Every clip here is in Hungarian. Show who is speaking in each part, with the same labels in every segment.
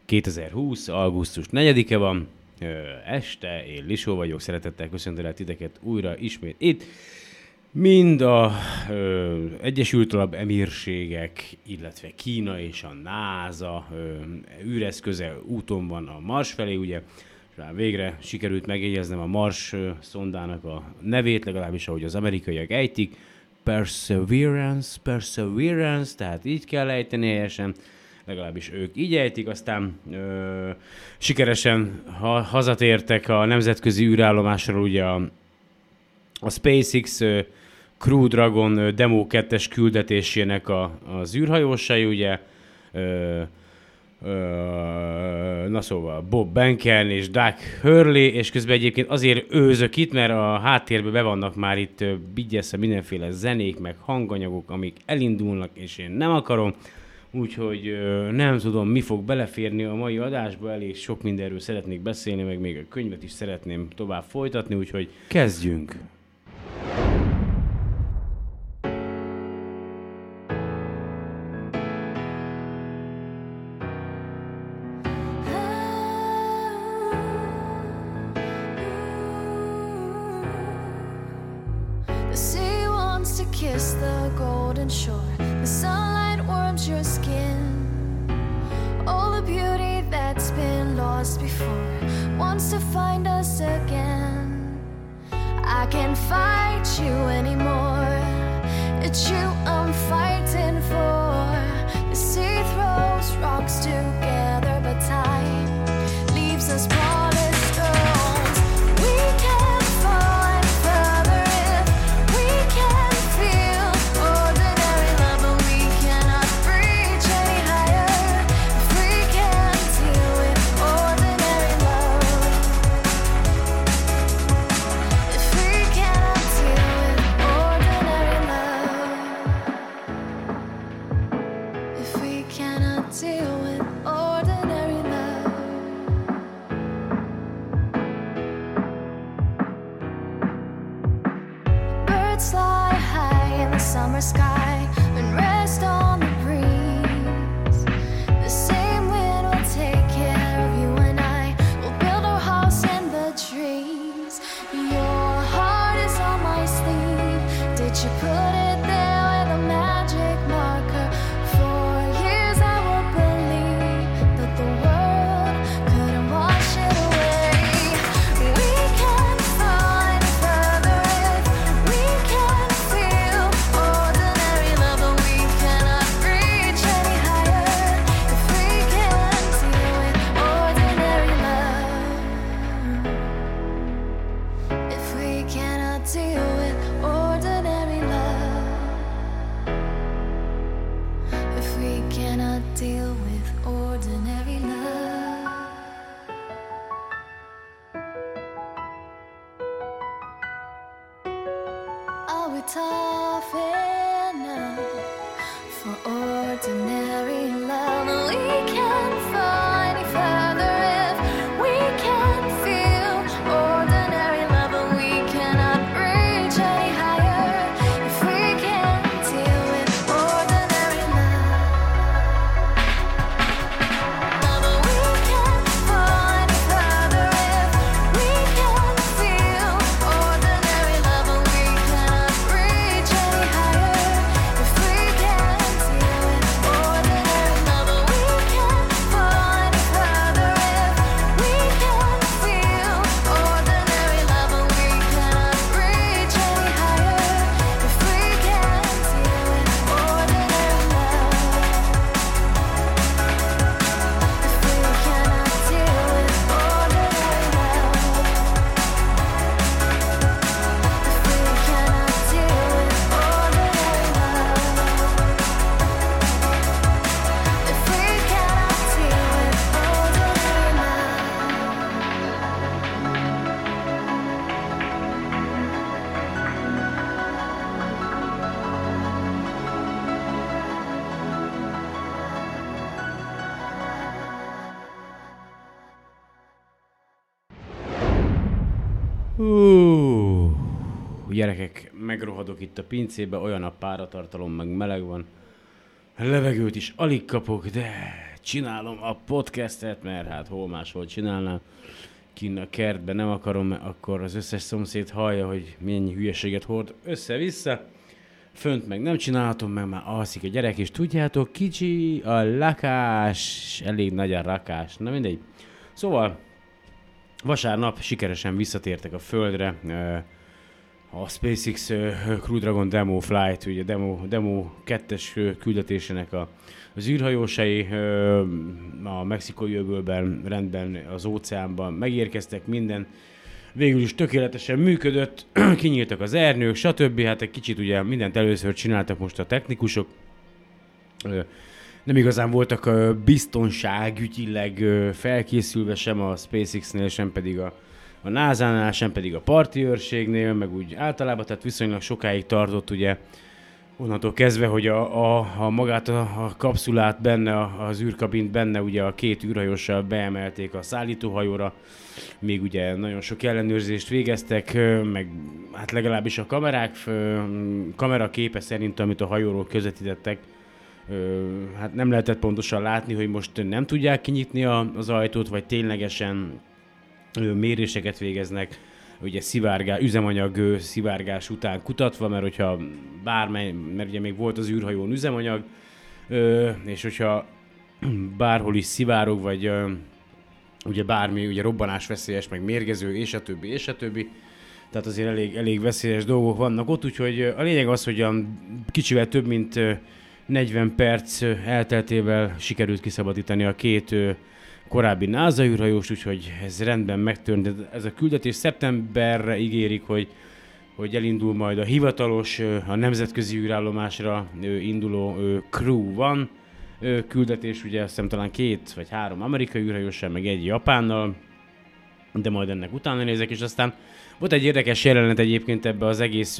Speaker 1: 2020. augusztus 4-e van, este, én Lisó vagyok, szeretettel köszöntelek titeket újra ismét itt. Mind a Egyesült Arab Emírségek, illetve Kína és a NASA űreszköze úton van a Mars felé, ugye, és már végre sikerült megjegyeznem a Mars szondának a nevét, legalábbis ahogy az amerikaiak ejtik, Perseverance, tehát így kell ejteni helyesen, legalábbis ők így ejtik, aztán sikeresen hazatértek a nemzetközi űrállomásról, ugye a SpaceX Crew Dragon Demo 2-es küldetésének az űrhajósai, ugye, na szóval Bob Behnken és Doug Hurley, és közben egyébként azért őzök itt, mert a háttérben be vannak már itt bigyeszve mindenféle zenék, meg hanganyagok, amik elindulnak, és én nem akarom, úgyhogy nem tudom, mi fog beleférni a mai adásba, elég sok mindenről szeretnék beszélni, meg még a könyvet is szeretném tovább folytatni, úgyhogy kezdjünk! Gyerekek, megrohadok itt a pincébe, olyan a páratartalom, meg meleg van. A levegőt is alig kapok, de csinálom a podcastet, mert hát hol máshol csinálnám. Kinn a kertben nem akarom, mert akkor az összes szomszéd hallja, hogy mennyi hülyeséget hord össze-vissza. Fönt meg nem csinálhatom, meg már alszik a gyerek, és tudjátok, kicsi a lakás, elég nagy a rakás, na mindegy. Szóval vasárnap sikeresen visszatértek a földre a SpaceX Crew Dragon Demo Flight, ugye Demo 2-es küldetésének az űrhajósai a mexikói öbölben, rendben az óceánban megérkeztek, minden végül is tökéletesen működött, kinyíltak az ernők, stb. Hát egy kicsit ugye mindent először csináltak most a technikusok. Nem igazán voltak biztonságügyileg felkészülve sem a SpaceX-nél, sem pedig a NASA-nál, sem pedig a parti őrségnél, meg úgy általában, tehát viszonylag sokáig tartott ugye onnantól kezdve, hogy a magát a kapszulát benne, az űrkabint benne ugye a két űrhajóssal beemelték a szállítóhajóra, még ugye nagyon sok ellenőrzést végeztek, meg hát legalábbis a kameraképe szerint, amit a hajóról közvetítettek, hát nem lehetett pontosan látni, hogy most nem tudják kinyitni az ajtót, vagy ténylegesen méréseket végeznek, ugye üzemanyag szivárgás után kutatva, mert hogyha mert ugye még volt az űrhajón üzemanyag, és hogyha bárhol is szivárog, vagy ugye bármi ugye robbanásveszélyes, meg mérgező, és a többi. Tehát azért elég veszélyes dolgok vannak ott, úgyhogy a lényeg az, hogy kicsivel több mint 40 perc elteltével sikerült kiszabadítani a két korábbi NASA űrhajóst, úgyhogy ez rendben megtörtént. Ez a küldetés szeptemberre ígérik, hogy elindul majd a hivatalos, a nemzetközi űrállomásra induló Crew One küldetés, ugye azt hiszem talán 2 vagy 3 amerikai űrhajóssal, meg egy japánnal, de majd ennek utána nézek, és aztán volt egy érdekes jelenet egyébként ebbe az egész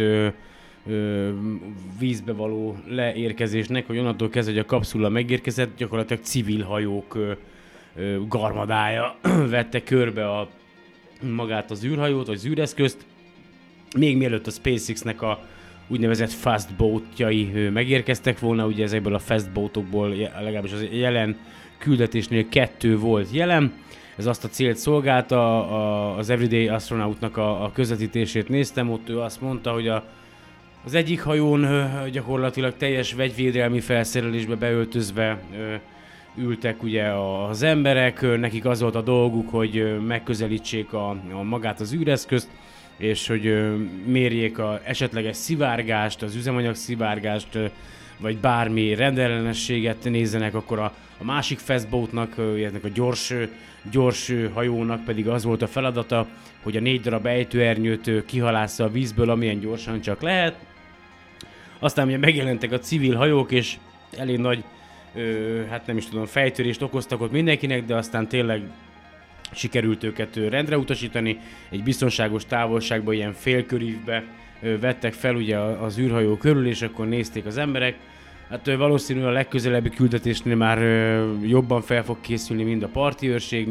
Speaker 1: vízbe való leérkezésnek, hogy onnantól kezdve, hogy a kapszula megérkezett, gyakorlatilag civil hajók garmadája vette körbe magát az űrhajót, vagy az űreszközt, még mielőtt a SpaceX-nek a úgynevezett fast boatjai megérkeztek volna, ugye ezekből a fast boatokból legalábbis az jelen küldetésnél 2 volt jelen. Ez azt a célt szolgálta, az Everyday Astronautnak a közvetítését néztem, ott ő azt mondta, hogy az egyik hajón gyakorlatilag teljes vegyvédelmi felszerelésbe beöltözve ültek ugye az emberek, nekik az volt a dolguk, hogy megközelítsék magát az űreszközt, és hogy mérjék az esetleges szivárgást, az üzemanyag szivárgást, vagy bármi rendellenességet nézzenek, akkor a másik fastboatnak, ennek a gyors hajónak pedig az volt a feladata, hogy a 4 darab ejtőernyőt kihalásza a vízből, amilyen gyorsan csak lehet. Aztán ugye megjelentek a civil hajók, és elég nagy, hát nem is tudom, fejtörést okoztak ott mindenkinek, de aztán tényleg sikerült őket rendre utasítani, egy biztonságos távolságban, ilyen félkörívbe vettek fel ugye az űrhajó körül, és akkor nézték az emberek. Hát valószínűleg a legközelebbi küldetésnél már jobban fel fog készülni mind a parti őrség,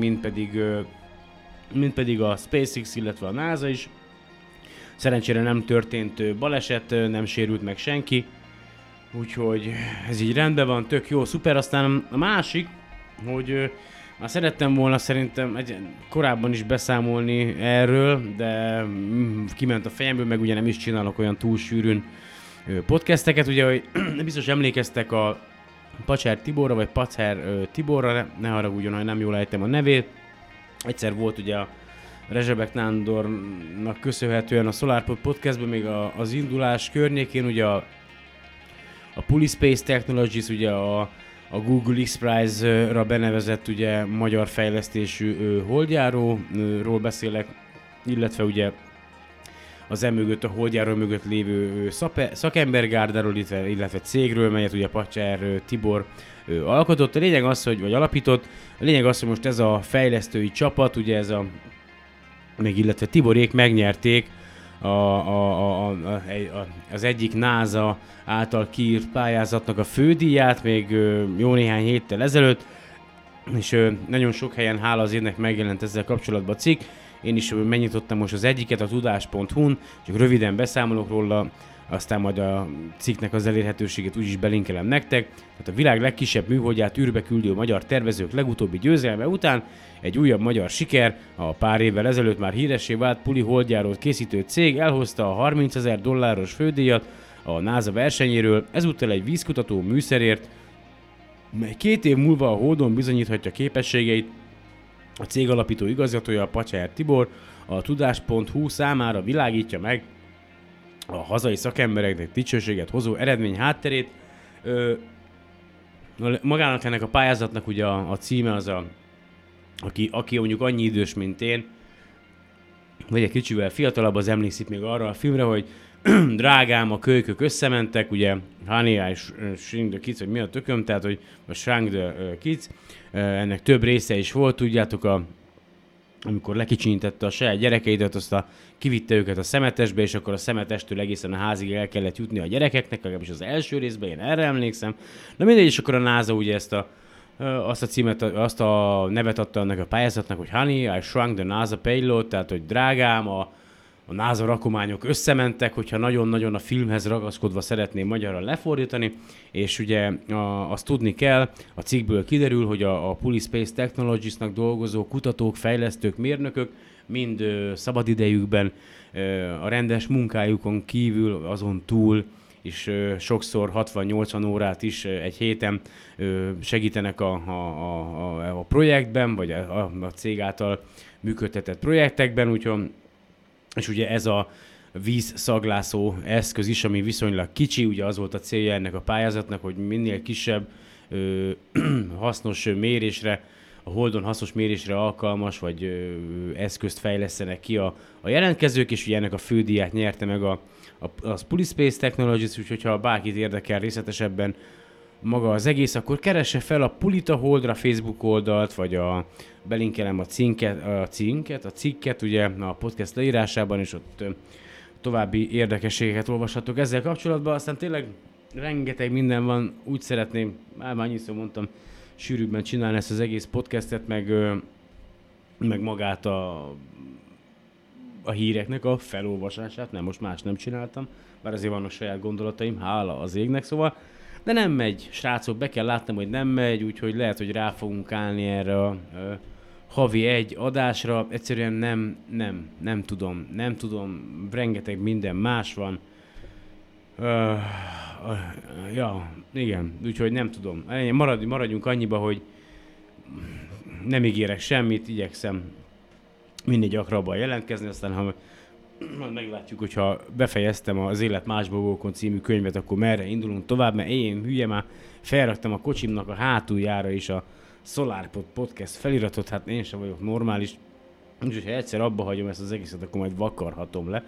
Speaker 1: mind pedig a SpaceX, illetve a NASA is. Szerencsére nem történt baleset, nem sérült meg senki, úgyhogy ez így rendben van, tök jó, szuper. Aztán a másik, hogy már szerettem volna szerintem korábban is beszámolni erről, de kiment a fejemből, meg ugye nem is csinálok olyan túl sűrűn podcasteket, ugye, hogy biztos emlékeztek a Pacser Tiborra, vagy Pacer Tiborra, ne haragudjon, ha nem jól ejtem a nevét. Egyszer volt ugye a Rezsebek Nándornak köszönhetően a SolarPod podcastben még az indulás környékén, ugye a Pulispace Technologies, ugye a Google X-Prize-ra benevezett ugye magyar fejlesztésű holdjáróról beszélek, illetve ugye az mögött, a holdjáró mögött lévő szakembergárdáról, illetve cégről, melyet ugye Pacser Tibor alkotott. A lényeg az, hogy alapított, a lényeg az, hogy most ez a fejlesztői csapat, ugye illetve Tiborék megnyerték az egyik NASA által kiírt pályázatnak a fődíját még jó néhány héttel ezelőtt, és nagyon sok helyen hála az évnek megjelent ezzel kapcsolatban cikk. Én is megnyitottam most az egyiket a tudás.hu-n, csak röviden beszámolok róla. aztán majd a cikknek az elérhetőségét úgyis belinkelem nektek. Tehát a világ legkisebb műholdját űrbe küldő magyar tervezők legutóbbi győzelme után egy újabb magyar siker, a pár évvel ezelőtt már híressé vált Puli holdjárót készítő cég elhozta a $30,000 fődíjat a NASA versenyéről, ezúttal egy vízkutató műszerért, mely 2 év múlva a Holdon bizonyíthatja képességeit. A cég alapító igazgatója, Pacser Tibor, a tudás.hu számára világítja meg a hazai szakembereknek dicsőséget hozó eredmény hátterét. Magának ennek a pályázatnak ugye a címe az aki mondjuk annyi idős, mint én, vagy egy kicsivel fiatalabb, az emlékszik még arra a filmre, hogy drágám, a kölykök összementek, ugye Honey, I Shrunk the Kids, vagy mi a tököm, tehát hogy a Shrunk the Kids, ennek több része is volt, tudjátok, amikor lekicsinyítette a saját gyerekeidet, azt kivitte őket a szemetesbe, és akkor a szemetestől egészen a házig el kellett jutni a gyerekeknek, legalábbis az első részben, én erre emlékszem. Na mindegy, és akkor a NASA ugye azt a címet, azt a nevet adta annak a pályázatnak, hogy Honey, I Shrunk the NASA Payload, tehát hogy drágám, a NASA rakományok összementek, hogyha nagyon-nagyon a filmhez ragaszkodva szeretném magyarra lefordítani, és ugye azt tudni kell, a cikkből kiderül, hogy a Puli Space Technologies-nak dolgozó kutatók, fejlesztők, mérnökök mind szabadidejükben a rendes munkájukon kívül, azon túl, és sokszor 60-80 órát is egy héten segítenek a projektben, vagy a cég által működtetett projektekben, úgyhogy és ugye ez a vízszaglászó eszköz is, ami viszonylag kicsi, ugye az volt a célja ennek a pályázatnak, hogy minél kisebb hasznos mérésre, a Holdon hasznos mérésre alkalmas, vagy eszközt fejlesztenek ki a jelentkezők, és ugye ennek a fődíját nyerte meg a Puli Space Technologies, úgyhogy ha bárkit érdekel részletesebben maga az egész, akkor keresse fel a Pulita Holdra Facebook oldalt, vagy belinkelem a cikket ugye a podcast leírásában, és ott további érdekességeket olvashatok ezzel kapcsolatban. Aztán tényleg rengeteg minden van, úgy szeretném, már annyiszor mondtam, sűrűbben csinálni ezt az egész podcastet, meg magát a híreknek a felolvasását, nem, most más nem csináltam, bár azért vannak saját gondolataim, hála az égnek, szóval. De nem megy, srácok, be kell látnom, hogy nem megy, úgyhogy lehet, hogy rá fogunk állni erre a havi egy adásra. Egyszerűen nem tudom, rengeteg minden más van. Ja, igen, úgyhogy nem tudom. Maradjunk annyiba, hogy nem ígérek semmit, igyekszem minél gyakrabban jelentkezni, aztán ha meglátjuk, hogyha befejeztem az Élet más bolygókon című könyvet, akkor merre indulunk tovább, mert én hülye már felraktam a kocsimnak a hátuljára is a SolarPod Podcast feliratot, hát én sem vagyok normális, úgyhogy ha egyszer abba hagyom ezt az egészet, akkor majd vakarhatom le.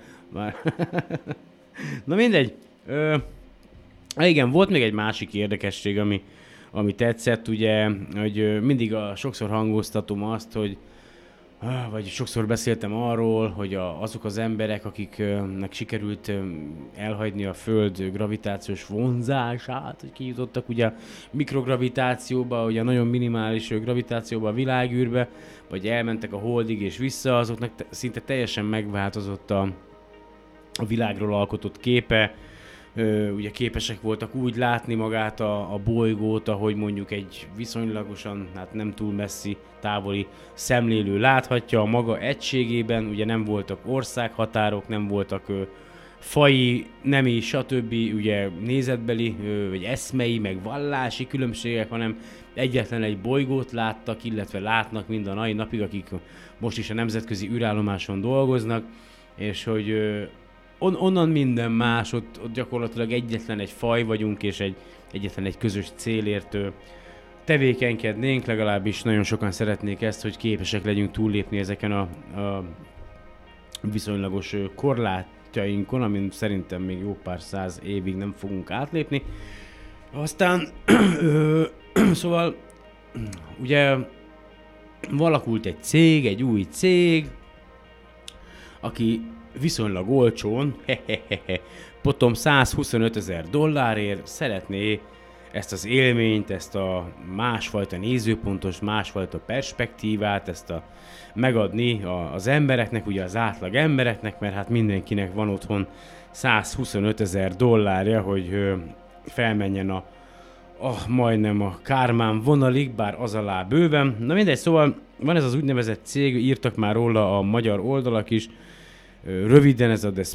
Speaker 1: Na mindegy. Igen, volt még egy másik érdekesség, ami tetszett, ugye, hogy mindig sokszor hangoztatom azt, hogy vagy sokszor beszéltem arról, hogy azok az emberek, akiknek sikerült elhagyni a Föld gravitációs vonzását, hogy kijutottak ugye a mikrogravitációba, ugye a nagyon minimális gravitációba a világűrbe, vagy elmentek a Holdig és vissza, azoknak szinte teljesen megváltozott a világról alkotott képe, ugye képesek voltak úgy látni magát a bolygót, ahogy mondjuk egy viszonylagosan, hát nem túl messzi, távoli szemlélő láthatja a maga egységében, ugye nem voltak országhatárok, nem voltak faji, nemi, stb. Ugye nézetbeli, vagy eszmei, meg vallási különbségek, hanem egyetlen egy bolygót láttak, illetve látnak mind a mai napig, akik most is a nemzetközi űrállomáson dolgoznak, és hogy onnan minden más, ott gyakorlatilag egyetlen egy faj vagyunk, és egyetlen egy közös célért tevékenykednénk, legalábbis nagyon sokan szeretnék ezt, hogy képesek legyünk túllépni ezeken a viszonylagos korlátjainkon, amin szerintem még jó pár száz évig nem fogunk átlépni. Aztán, szóval, ugye valakult egy új cég, aki viszonylag olcsón, potom $125,000 szeretné ezt az élményt, ezt a másfajta nézőpontos, másfajta perspektívát, ezt a megadni az embereknek, ugye az átlag embereknek, mert hát mindenkinek van otthon $125,000, hogy felmenjen majdnem a Kármán vonalig, bár az alá bőven. Na mindegy, szóval van ez az úgynevezett cég, írtak már róla a magyar oldalak is, röviden ez a The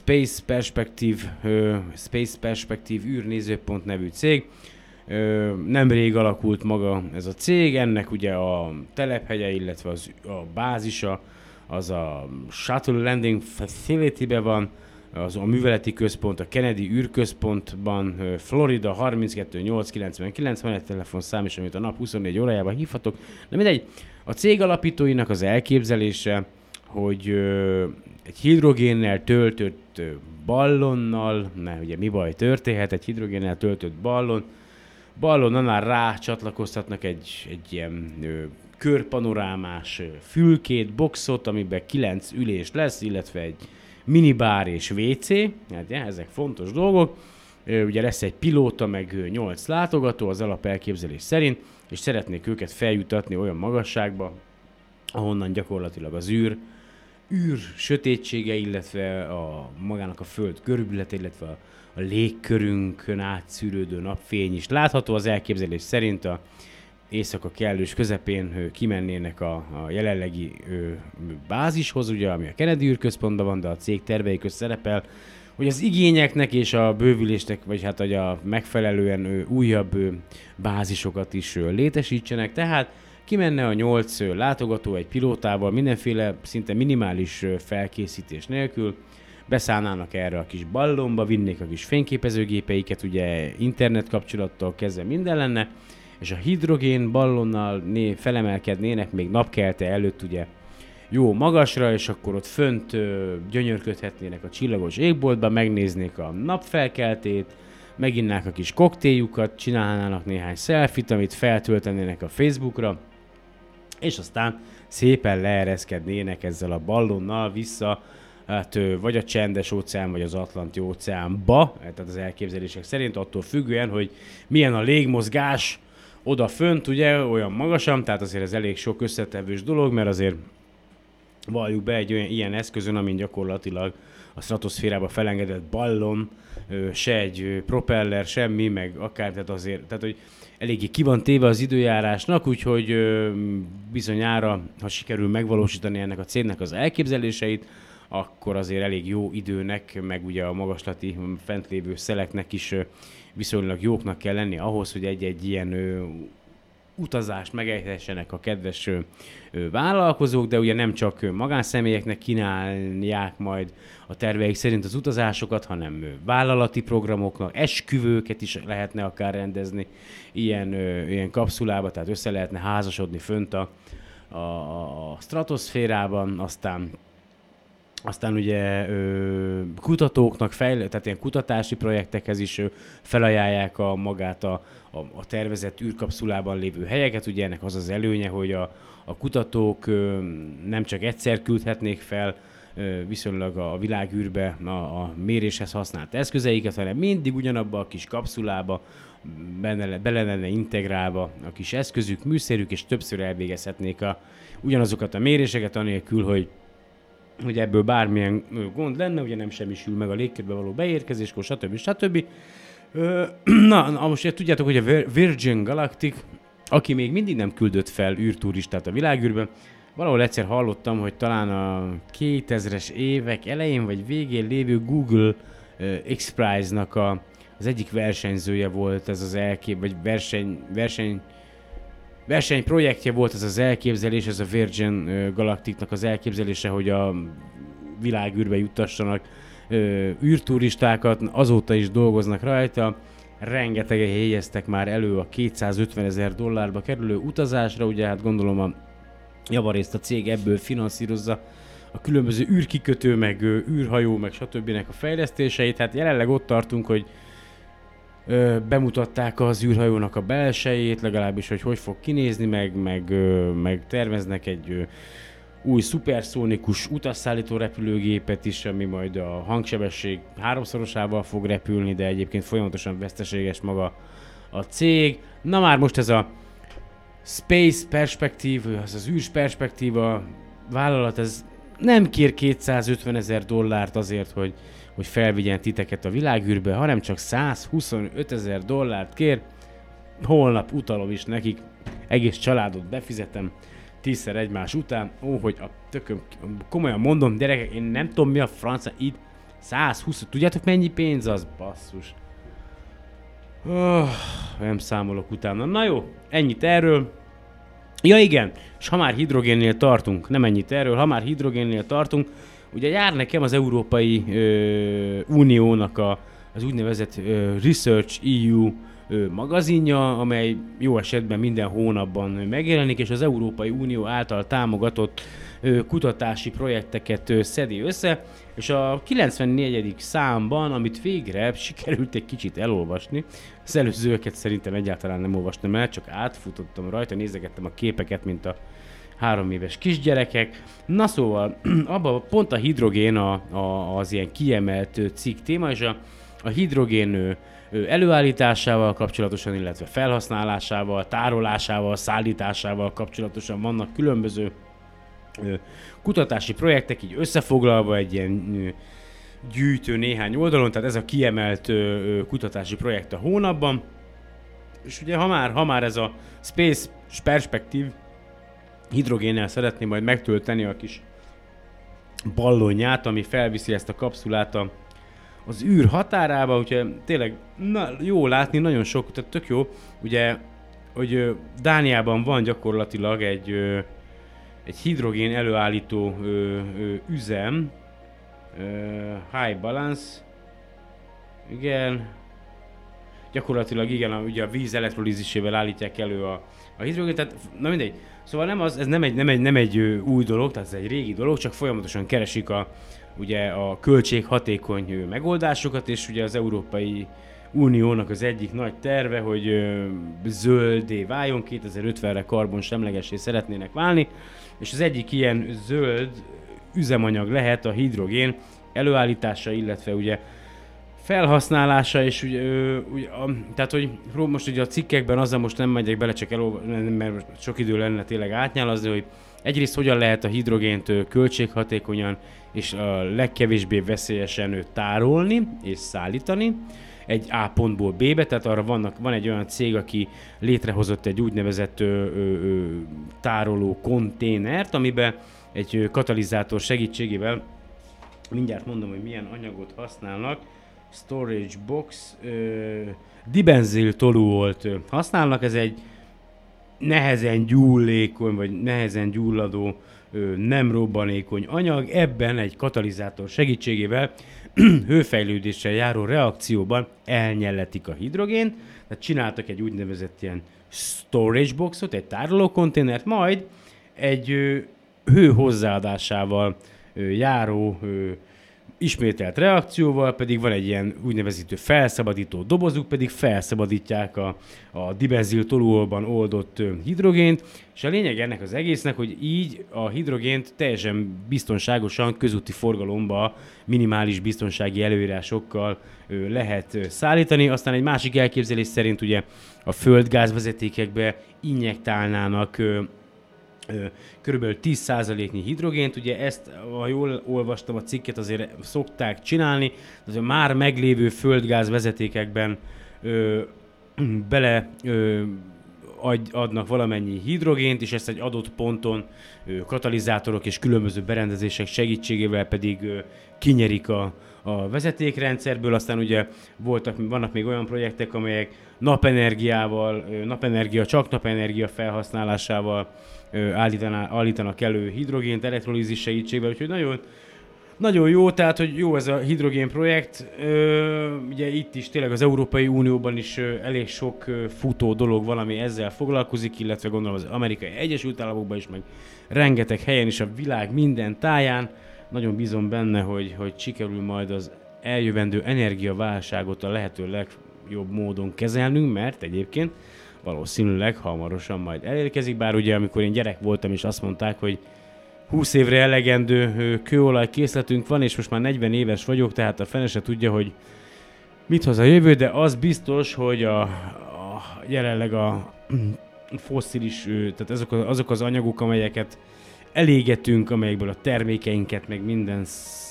Speaker 1: Space Perspective űrnézőpont nevű cég. Nemrég alakult maga ez a cég, ennek ugye a telephegye, illetve a bázisa, az a Shuttle Landing Facility-be van, az a műveleti központ, a Kennedy űrközpontban, Florida 32899, van egy telefonszám is, amit a nap 24 órájában hívhatok. De mindegy, a cég alapítóinak az elképzelése, hogy egy hidrogénnel töltött ballonnal, mert ugye mi baj történhet, egy hidrogénnel töltött ballonnal rá csatlakoztatnak egy ilyen körpanorámás fülkét, boxot, amiben 9 ülés lesz, illetve egy minibár és WC, hát ja, ezek fontos dolgok. Ugye lesz egy pilóta, meg 8 látogató az alapelképzelés szerint, és szeretnék őket feljutatni olyan magasságba, ahonnan gyakorlatilag az űr sötétsége, illetve magának a föld görbülete, illetve a légkörünkön átszűrődő napfény is látható. Az elképzelés szerint a éjszaka kellős közepén kimennének a jelenlegi bázishoz, ugye, ami a Kennedy űrközpontban van, de a cég tervei közt szerepel, hogy az igényeknek és a bővülésnek, vagy hát a megfelelően újabb bázisokat is létesítsenek. Tehát kimenne a 8 látogató egy pilótával, mindenféle szinte minimális felkészítés nélkül, beszállnának erre a kis ballonba, vinnék a kis fényképezőgépeiket, ugye internet kapcsolattal kezdve minden lenne, és a hidrogén ballonnal felemelkednének még napkelte előtt ugye jó magasra, és akkor ott fönt gyönyörködhetnének a csillagos égboltban, megnéznék a napfelkeltét, meginnák a kis koktéljukat, csinálnának néhány selfit, amit feltöltenének a Facebookra, és aztán szépen leereszkednének ezzel a ballonnal vissza, hát vagy a Csendes óceán, vagy az Atlanti óceánba, tehát az elképzelések szerint, attól függően, hogy milyen a légmozgás oda fönt, ugye, olyan magasan, tehát azért ez elég sok összetevős dolog, mert azért valljuk be egy olyan ilyen eszközön, amin gyakorlatilag a stratoszférába felengedett ballon, se egy propeller, semmi, meg akár, tehát hogy eléggé ki van téve az időjárásnak, úgyhogy bizonyára, ha sikerül megvalósítani ennek a cégnek az elképzeléseit, akkor azért elég jó időnek, meg ugye a magaslati fent lévő szeleknek is viszonylag jóknak kell lenni ahhoz, hogy egy-egy ilyen utazást megejthessenek a kedves vállalkozók, de ugye nem csak magánszemélyeknek kínálják majd a terveik szerint az utazásokat, hanem vállalati programoknak, esküvőket is lehetne akár rendezni ilyen kapszulába, tehát össze lehetne házasodni fönt a stratoszférában, aztán ugye kutatóknak, tehát ilyen kutatási projektekhez is felajánlják magát a tervezett űrkapszulában lévő helyeket. Ugye ennek az az előnye, hogy a kutatók nem csak egyszer küldhetnék fel viszonylag a világűrbe a méréshez használt eszközeiket, hanem mindig ugyanabba a kis kapszulába bele lenne integrálva a kis eszközük, műszerük, és többször elvégezhetnék ugyanazokat a méréseket, anélkül, hogy ebből bármilyen gond lenne, ugye nem semmisül meg a légkörbe való beérkezéskor, stb. Na, most tudjátok, hogy a Virgin Galactic, aki még mindig nem küldött fel űrturistát a világűrben, valahol egyszer hallottam, hogy talán a 2000-es évek elején vagy végén lévő Google X-Prize-nak az egyik versenyzője volt ez az vagy versenyprojektje volt ez az elképzelés, ez a Virgin Galacticnak az elképzelése, hogy a világűrbe juttassanak űrturistákat, azóta is dolgoznak rajta, rengetegen jegyeztek már elő a $250,000 kerülő utazásra, ugye hát gondolom a javarészt a cég ebből finanszírozza a különböző űrkikötő, meg űrhajó, meg stb. A fejlesztéseit, hát jelenleg ott tartunk, hogy bemutatták az űrhajónak a belsejét, legalábbis, hogy fog kinézni, meg terveznek egy új szuperszónikus utasszállító repülőgépet is, ami majd a hangsebesség 3-szorosával fog repülni, de egyébként folyamatosan veszteséges maga a cég. Na már most ez a Space Perspective, az űrs perspektíva vállalat, ez nem kér $250,000 azért, hogy felvigyen titeket a világűrbe, hanem csak $125,000 kér. Holnap utalom is nekik, egész családot befizetem 10-szer egymás után. Ó, hogy a tököm, komolyan mondom, gyerekek, én nem tudom mi a francia, itt 120, tudjátok mennyi pénz az, basszus. Nem számolok utána. Na jó, ennyit erről. Ja igen, és ha már hidrogénnél tartunk, nem ennyit erről, ha már hidrogénnél tartunk, ugye jár nekem az Európai Uniónak az úgynevezett Research EU magazinja, amely jó esetben minden hónapban megjelenik, és az Európai Unió által támogatott kutatási projekteket szedi össze, és a 94. számban, amit végre sikerült egy kicsit elolvasni, az előzőket szerintem egyáltalán nem olvastam el, csak átfutottam rajta, nézegettem a képeket, mint a 3 éves kisgyerekek. Na szóval, abban pont a hidrogén az ilyen kiemelt cikk téma, és a hidrogén előállításával kapcsolatosan, illetve felhasználásával, tárolásával, szállításával kapcsolatosan vannak különböző kutatási projektek, így összefoglalva egy ilyen gyűjtő néhány oldalon, tehát ez a kiemelt kutatási projekt a hónapban. És ugye ha már ez a Space Perspective hidrogénnel szeretné majd megtölteni a kis ballonját, ami felviszi ezt a kapszulát az űr határába, úgyhogy tényleg jó látni, nagyon sok, tehát tök jó, ugye, hogy Dániában van gyakorlatilag egy hidrogén előállító üzem, High Balance, igen, gyakorlatilag igen, ugye a víz elektrolízisével állítják elő a hidrogén, tehát na mindegy. Szóval ez nem egy új dolog, tehát ez egy régi dolog, csak folyamatosan keresik ugye a költséghatékony megoldásokat, és ugye az Európai Uniónak az egyik nagy terve, hogy zöldé váljon, 2050-re karbonsemlegessé szeretnének válni, és az egyik ilyen zöld üzemanyag lehet a hidrogén előállítása, illetve ugye felhasználása, és tehát hogy most ugye a cikkekben azzal most nem megyek bele, csak mert sok idő lenne tényleg átnyálazni, hogy egyrészt hogyan lehet a hidrogént költséghatékonyan és a legkevésbé veszélyesen tárolni és szállítani egy A pontból B-be, tehát arra van egy olyan cég, aki létrehozott egy úgynevezett tároló konténert, amiben egy katalizátor segítségével, mindjárt mondom, hogy milyen anyagot használnak, storage box, dibenzil toluolt használnak, ez egy nehezen gyullékony, vagy nehezen gyulladó, nem robbanékony anyag, ebben egy katalizátor segítségével hőfejlődéssel járó reakcióban elnyelletik a hidrogént, tehát csináltak egy úgynevezett ilyen storage boxot, egy tárolókonténert, majd egy hő hozzáadásával járó ismételt reakcióval pedig van egy ilyen úgynevezett felszabadító dobozuk, pedig felszabadítják a dibenzil toluolban oldott hidrogént, és a lényeg ennek az egésznek, hogy így a hidrogént teljesen biztonságosan közúti forgalomba minimális biztonsági előírásokkal lehet szállítani. Aztán egy másik elképzelés szerint ugye a földgázvezetékekbe injektálnának körülbelül 10%-nyi hidrogént, ugye ezt, ha jól olvastam a cikket, azért szokták csinálni, azért már meglévő földgáz vezetékekben adnak valamennyi hidrogént, és ezt egy adott ponton katalizátorok és különböző berendezések segítségével pedig kinyerik a vezetékrendszerből, aztán ugye vannak még olyan projektek, amelyek csak napenergia felhasználásával állítanak elő hidrogént elektrolízis segítségével, úgyhogy nagyon, nagyon jó, tehát hogy jó ez a hidrogén projekt, ugye itt is tényleg az Európai Unióban is elég sok futó dolog valami ezzel foglalkozik, illetve gondolom az Amerikai Egyesült Államokban is, meg rengeteg helyen is a világ minden táján. Nagyon bízom benne, hogy sikerül majd az eljövendő energiaválságot a lehető legjobb módon kezelnünk, mert egyébként valószínűleg hamarosan majd elérkezik, bár ugye amikor én gyerek voltam és azt mondták, hogy 20 évre elegendő kőolaj készletünk van, és most már 40 éves vagyok, tehát a fene se tudja, hogy mit hoz a jövő, de az biztos, hogy jelenleg a fosszilis, tehát azok az anyagok, amelyeket elégetünk, amelyekből a termékeinket, meg minden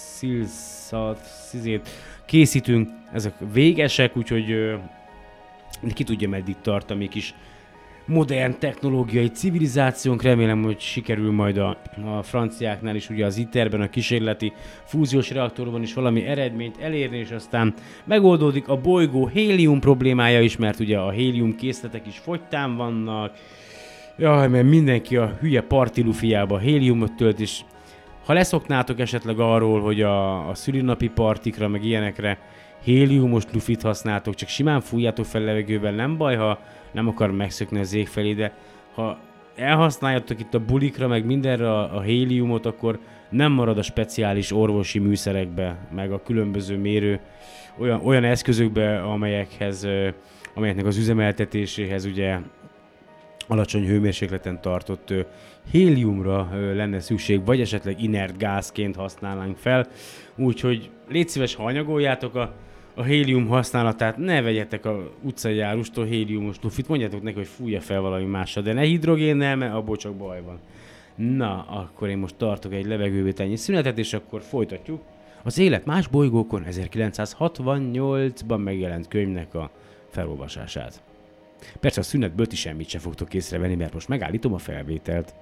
Speaker 1: szizét készítünk, ezek végesek, úgyhogy ki tudja meddig tart a mi kis modern technológiai civilizációnk. Remélem, hogy sikerül majd a franciáknál is ugye az ITER-ben, a kísérleti fúziós reaktorban is valami eredményt elérni, és aztán megoldódik a bolygó hélium problémája is, mert ugye a hélium készletek is fogytán vannak. Jaj, mert mindenki a hülye partilufiába héliumot tölt, és ha leszoknátok esetleg arról, hogy a szülinapi partikra, meg ilyenekre héliumos lufit használtok, csak simán fújjátok fel levegővel, nem baj, ha nem akar megszökni az ég felé, de ha elhasználjátok itt a bulikra, meg mindenre a héliumot, akkor nem marad a speciális orvosi műszerekbe, meg a különböző mérő olyan eszközökbe, amelyeknek az üzemeltetéséhez ugye alacsony hőmérsékleten tartott héliumra lenne szükség, vagy esetleg inert gázként használnánk fel. Úgyhogy légy szíves, ha anyagoljátok a hélium használatát, ne vegyetek a utcajárustól héliumos lufit, mondjátok neki, hogy fújja fel valami mással, de ne hidrogénnel, mert abból csak baj van. Na, akkor én most tartok egy levegővételnyi szünetet, és akkor folytatjuk az Élet más bolygókon 1968-ban megjelent könyvnek a felolvasását. Persze a szünetből ti semmit sem fogtok észrevenni, mert most megállítom a felvételt.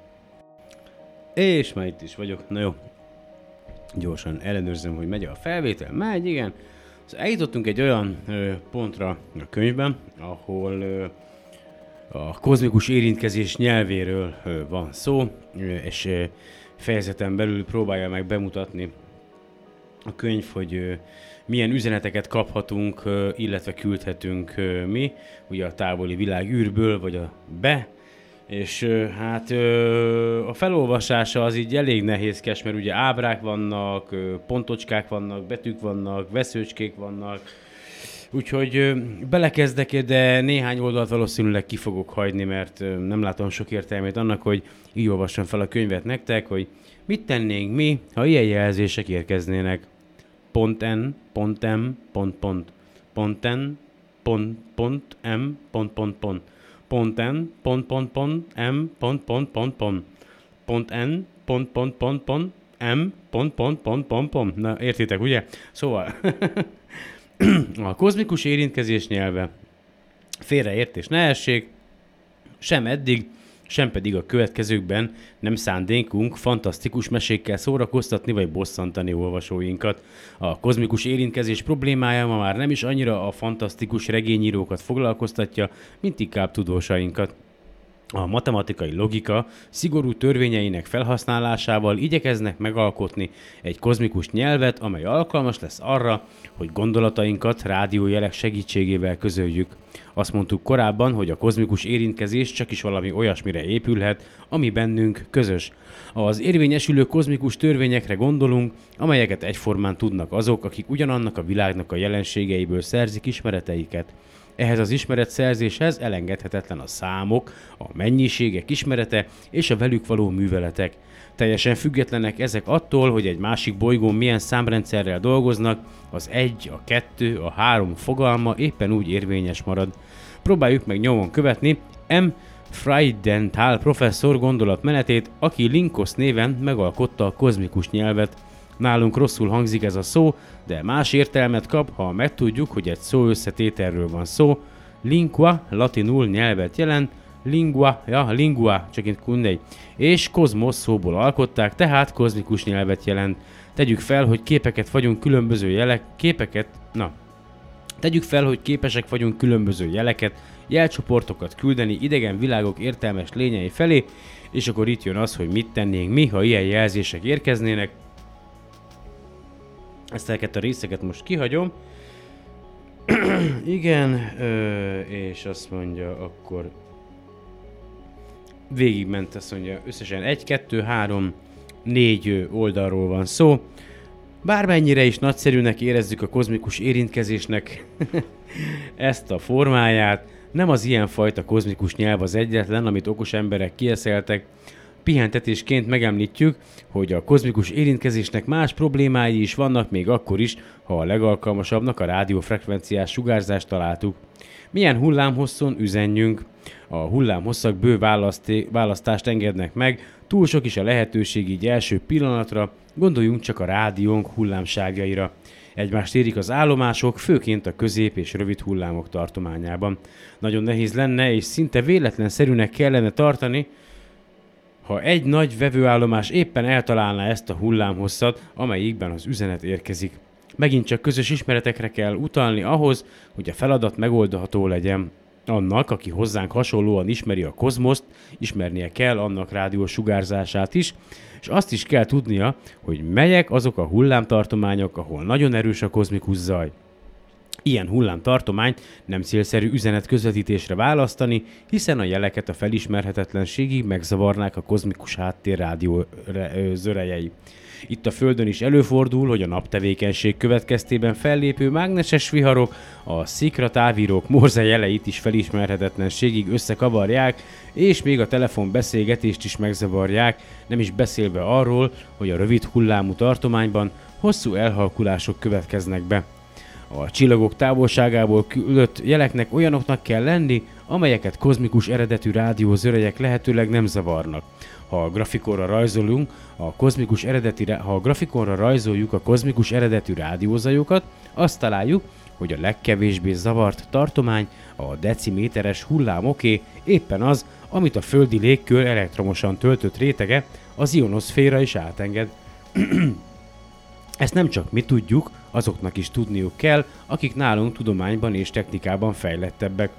Speaker 1: És már itt is vagyok. Na jó. Gyorsan ellenőrzöm, hogy megy a felvétel. Megy, igen. Szóval eljutottunk egy olyan pontra a könyvben, ahol a kozmikus érintkezés nyelvéről van szó, és fejezeten belül próbálja meg bemutatni a könyv, hogy milyen üzeneteket kaphatunk, illetve küldhetünk mi, ugye a távoli világ űrből, vagy és hát a felolvasása az így elég nehézkes, mert ugye ábrák vannak, pontocskák vannak, betűk vannak, veszőcskék vannak, úgyhogy belekezdek, de néhány oldalt valószínűleg ki fogok hagyni, mert nem látom sok értelmét annak, hogy így olvassam fel a könyvet nektek, hogy mit tennénk mi, ha ilyen jelzések érkeznének. .n, .m, .n, .m, .n, M, na értitek, ugye? Szóval a kozmikus érintkezés nyelve. Félreértés ne essék, sem eddig, sem pedig a következőkben nem szándékunk fantasztikus mesékkel szórakoztatni vagy bosszantani olvasóinkat. A kozmikus érintkezés problémája ma már nem is annyira a fantasztikus regényírókat foglalkoztatja, mint inkább tudósainkat. A matematikai logika szigorú törvényeinek felhasználásával igyekeznek megalkotni egy kozmikus nyelvet, amely alkalmas lesz arra, hogy gondolatainkat rádiójelek segítségével közöljük. Azt mondtuk korábban, hogy a kozmikus érintkezés csak is valami olyasmire épülhet, ami bennünk közös. Az érvényesülő kozmikus törvényekre gondolunk, amelyeket egyformán tudnak azok, akik ugyanannak a világnak a jelenségeiből szerzik ismereteiket. Ehhez az ismeretszerzéshez elengedhetetlen a számok, a mennyiségek ismerete és a velük való műveletek. Teljesen függetlenek ezek attól, hogy egy másik bolygón milyen számrendszerrel dolgoznak, az 1, a 2, a 3 fogalma éppen úgy érvényes marad. Próbáljuk meg nyomon követni M. Freudenthal professzor gondolatmenetét, aki Linkos néven megalkotta a kozmikus nyelvet. Nálunk rosszul hangzik ez a szó, de más értelmet kap, ha megtudjuk, hogy egy szó összetételről van szó. Lingua latinul nyelvet jelent, lingua, csak itt mindegy. És kozmosz szóból alkották, tehát kozmikus nyelvet jelent. Tegyük fel, hogy képesek vagyunk különböző jeleket, jelcsoportokat küldeni idegen világok értelmes lényei felé, és akkor itt jön az, hogy mit tennénk mi, ha ilyen jelzések érkeznének. Ezeket a részeket most kihagyom. Igen, és azt mondja, akkor végigment, azt mondja, összesen 1, 2, 3, 4 oldalról van szó. Bármennyire is nagyszerűnek érezzük a kozmikus érintkezésnek ezt a formáját, nem az ilyenfajta kozmikus nyelv az egyetlen, amit okos emberek kieszeltek. pihentetésként megemlítjük, hogy a kozmikus érintkezésnek más problémái is vannak, még akkor is, ha a legalkalmasabbnak a rádiófrekvenciás sugárzást találtuk. Milyen hullámhosszon üzenjünk? A hullámhosszak bő választást engednek meg, túl sok is a lehetőség így első pillanatra, gondoljunk csak a rádiónk hullámsávjaira. Egymást érik az állomások, főként a közép és rövid hullámok tartományában. Nagyon nehéz lenne és szinte véletlenszerűnek kellene tartani, ha egy nagy vevőállomás éppen eltalálná ezt a hullámhosszat, amelyikben az üzenet érkezik. Megint csak közös ismeretekre kell utalni ahhoz, hogy a feladat megoldható legyen. Annak, aki hozzánk hasonlóan ismeri a kozmoszt, ismernie kell annak rádiós sugárzását is, és azt is kell tudnia, hogy melyek azok a hullámtartományok, ahol nagyon erős a kozmikus zaj. Ilyen hullámtartományt nem célszerű üzenet közvetítésre választani, hiszen a jeleket a felismerhetetlenségig megzavarnák a kozmikus háttér rádió zörejei. Itt a Földön is előfordul, hogy a naptevékenység következtében fellépő mágneses viharok a szikra távírók morze jeleit is felismerhetetlenségig összekavarják, és még a telefonbeszélgetést is megzavarják, nem is beszélve arról, hogy a rövid hullámú tartományban hosszú elhalkulások következnek be. A csillagok távolságából küldött jeleknek olyanoknak kell lenni, amelyeket kozmikus eredetű rádiózöregyek lehetőleg nem zavarnak. Ha a grafikonra rajzoljuk a kozmikus eredetű rádiózajokat, azt találjuk, hogy a legkevésbé zavart tartomány a deciméteres hullámoké, éppen az, amit a földi légkör elektromosan töltött rétege, az ionoszféra is átenged. Ezt nem csak mi tudjuk, azoknak is tudniuk kell, akik nálunk tudományban és technikában fejlettebbek.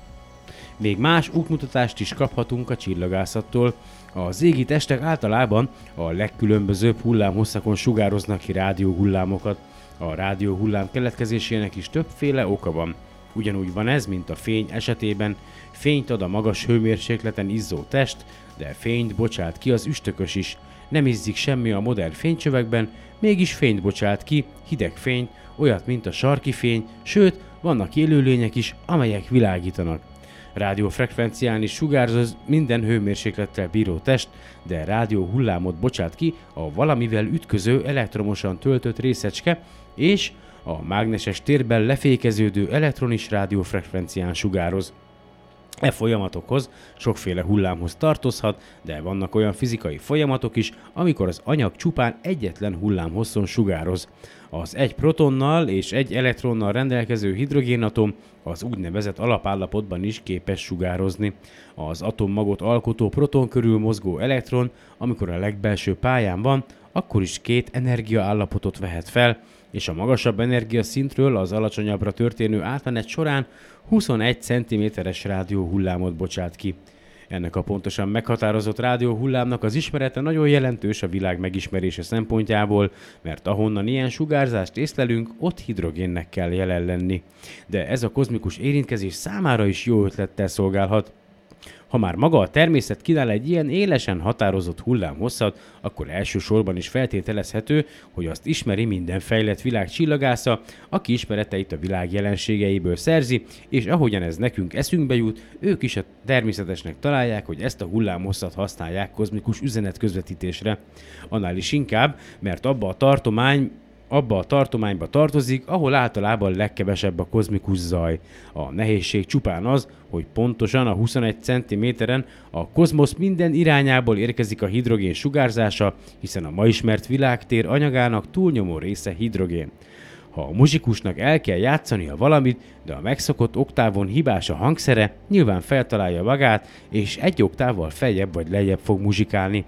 Speaker 1: Még más útmutatást is kaphatunk a csillagászattól. Az égi testek általában a legkülönbözőbb hullámhosszakon sugároznak ki rádióhullámokat. A rádióhullám keletkezésének is többféle oka van. Ugyanúgy van ez, mint a fény esetében. Fényt ad a magas hőmérsékleten izzó test, de fényt bocsát ki az üstökös is. Nem izzik semmi a modern fénycsövekben, mégis fényt bocsát ki, hideg fényt, olyat, mint a sarki fény, sőt, vannak élőlények is, amelyek világítanak. Rádiófrekvencián is sugárzoz minden hőmérséklettel bíró test, de rádióhullámot bocsát ki a valamivel ütköző elektromosan töltött részecske, és a mágneses térben lefékeződő elektron is rádiófrekvencián sugároz. E folyamatokhoz sokféle hullámhoz tartozhat, de vannak olyan fizikai folyamatok is, amikor az anyag csupán egyetlen hullámhosszon sugároz. Az egy protonnal és egy elektronnal rendelkező hidrogénatom az úgynevezett alapállapotban is képes sugározni. Az atommagot alkotó proton körül mozgó elektron, amikor a legbelső pályán van, akkor is két energiaállapotot vehet fel, és a magasabb energiaszintről az alacsonyabbra történő átmenet során 21 cm-es rádióhullámot bocsát ki. Ennek a pontosan meghatározott rádióhullámnak az ismerete nagyon jelentős a világ megismerése szempontjából, mert ahonnan ilyen sugárzást észlelünk, ott hidrogénnek kell jelen lenni. De ez a kozmikus érintkezés számára is jó ötlettel szolgálhat. Ha már maga a természet kínál egy ilyen élesen határozott hullámhosszat, akkor elsősorban is feltételezhető, hogy azt ismeri minden fejlett világ csillagásza, aki ismereteit a világ jelenségeiből szerzi, és ahogyan ez nekünk eszünkbe jut, ők is a természetesnek találják, hogy ezt a hullámhosszat használják kozmikus üzenetközvetítésre. Annál is inkább, mert abba a tartományba tartozik, ahol általában legkevesebb a kozmikus zaj. A nehézség csupán az, hogy pontosan a 21 cm-en a kozmosz minden irányából érkezik a hidrogén sugárzása, hiszen a ma ismert világtér anyagának túlnyomó része hidrogén. Ha a muzsikusnak el kell játszania valamit, de a megszokott oktávon hibás a hangszere, nyilván feltalálja magát, és egy oktávval feljebb vagy lejjebb fog muzsikálni.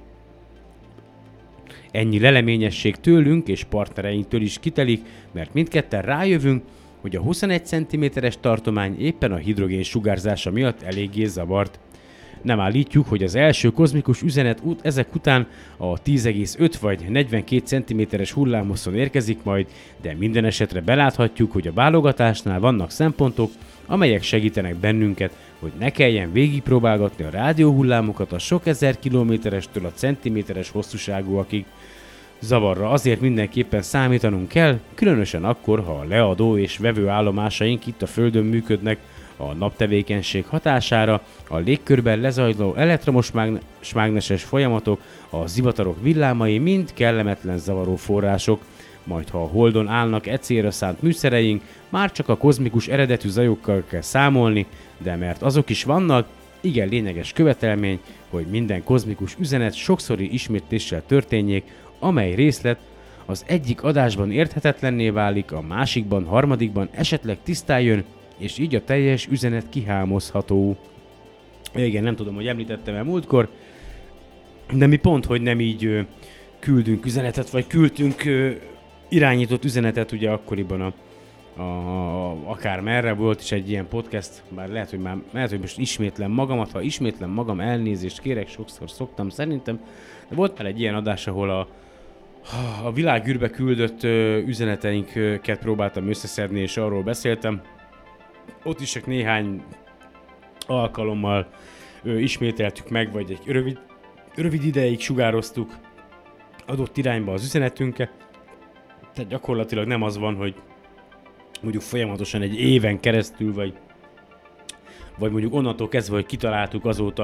Speaker 1: Ennyi leleményesség tőlünk és partnereinktől is kitelik, mert mindketten rájövünk, hogy a 21 cm-es tartomány éppen a hidrogén sugárzása miatt eléggé zavart. Nem állítjuk, hogy az első kozmikus üzenet ezek után a 10,5 vagy 42 cm-es hullámhosszon érkezik majd, de minden esetre beláthatjuk, hogy a válogatásnál vannak szempontok, amelyek segítenek bennünket, hogy ne kelljen végigpróbálgatni a rádióhullámokat a sok ezer kilométerestől a centiméteres hosszúságúakig. Zavarra azért mindenképpen számítanunk kell, különösen akkor, ha a leadó és vevő állomásaink itt a Földön működnek, a naptevékenység hatására, a légkörben lezajló elektromos mágneses folyamatok, a zivatarok villámai mind kellemetlen zavaró források, majd ha a Holdon állnak e célra szánt műszereink, már csak a kozmikus eredetű zajokkal kell számolni, de mert azok is vannak, igen lényeges követelmény, hogy minden kozmikus üzenet sokszori ismétléssel történjék, amely részlet az egyik adásban érthetetlenné válik, a másikban, harmadikban esetleg tisztán jön, és így a teljes üzenet kihámozható. Igen, nem tudom, hogy említettem-e múltkor, de mi pont, hogy nem így küldünk üzenetet, vagy küldtünk irányított üzenetet, ugye akkoriban akár merre volt is egy ilyen podcast, bár lehet, hogy most ismétlem magamat, ha ismétlem magam, elnézést kérek, sokszor szoktam szerintem, de volt már egy ilyen adás, ahol a világűrbe küldött üzeneteinket próbáltam összeszedni, és arról beszéltem. Ott is csak néhány alkalommal ismételtük meg, vagy egy rövid ideig sugároztuk adott irányba az üzenetünket. Tehát gyakorlatilag nem az van, hogy mondjuk folyamatosan egy éven keresztül, vagy mondjuk onnantól kezdve, hogy kitaláltuk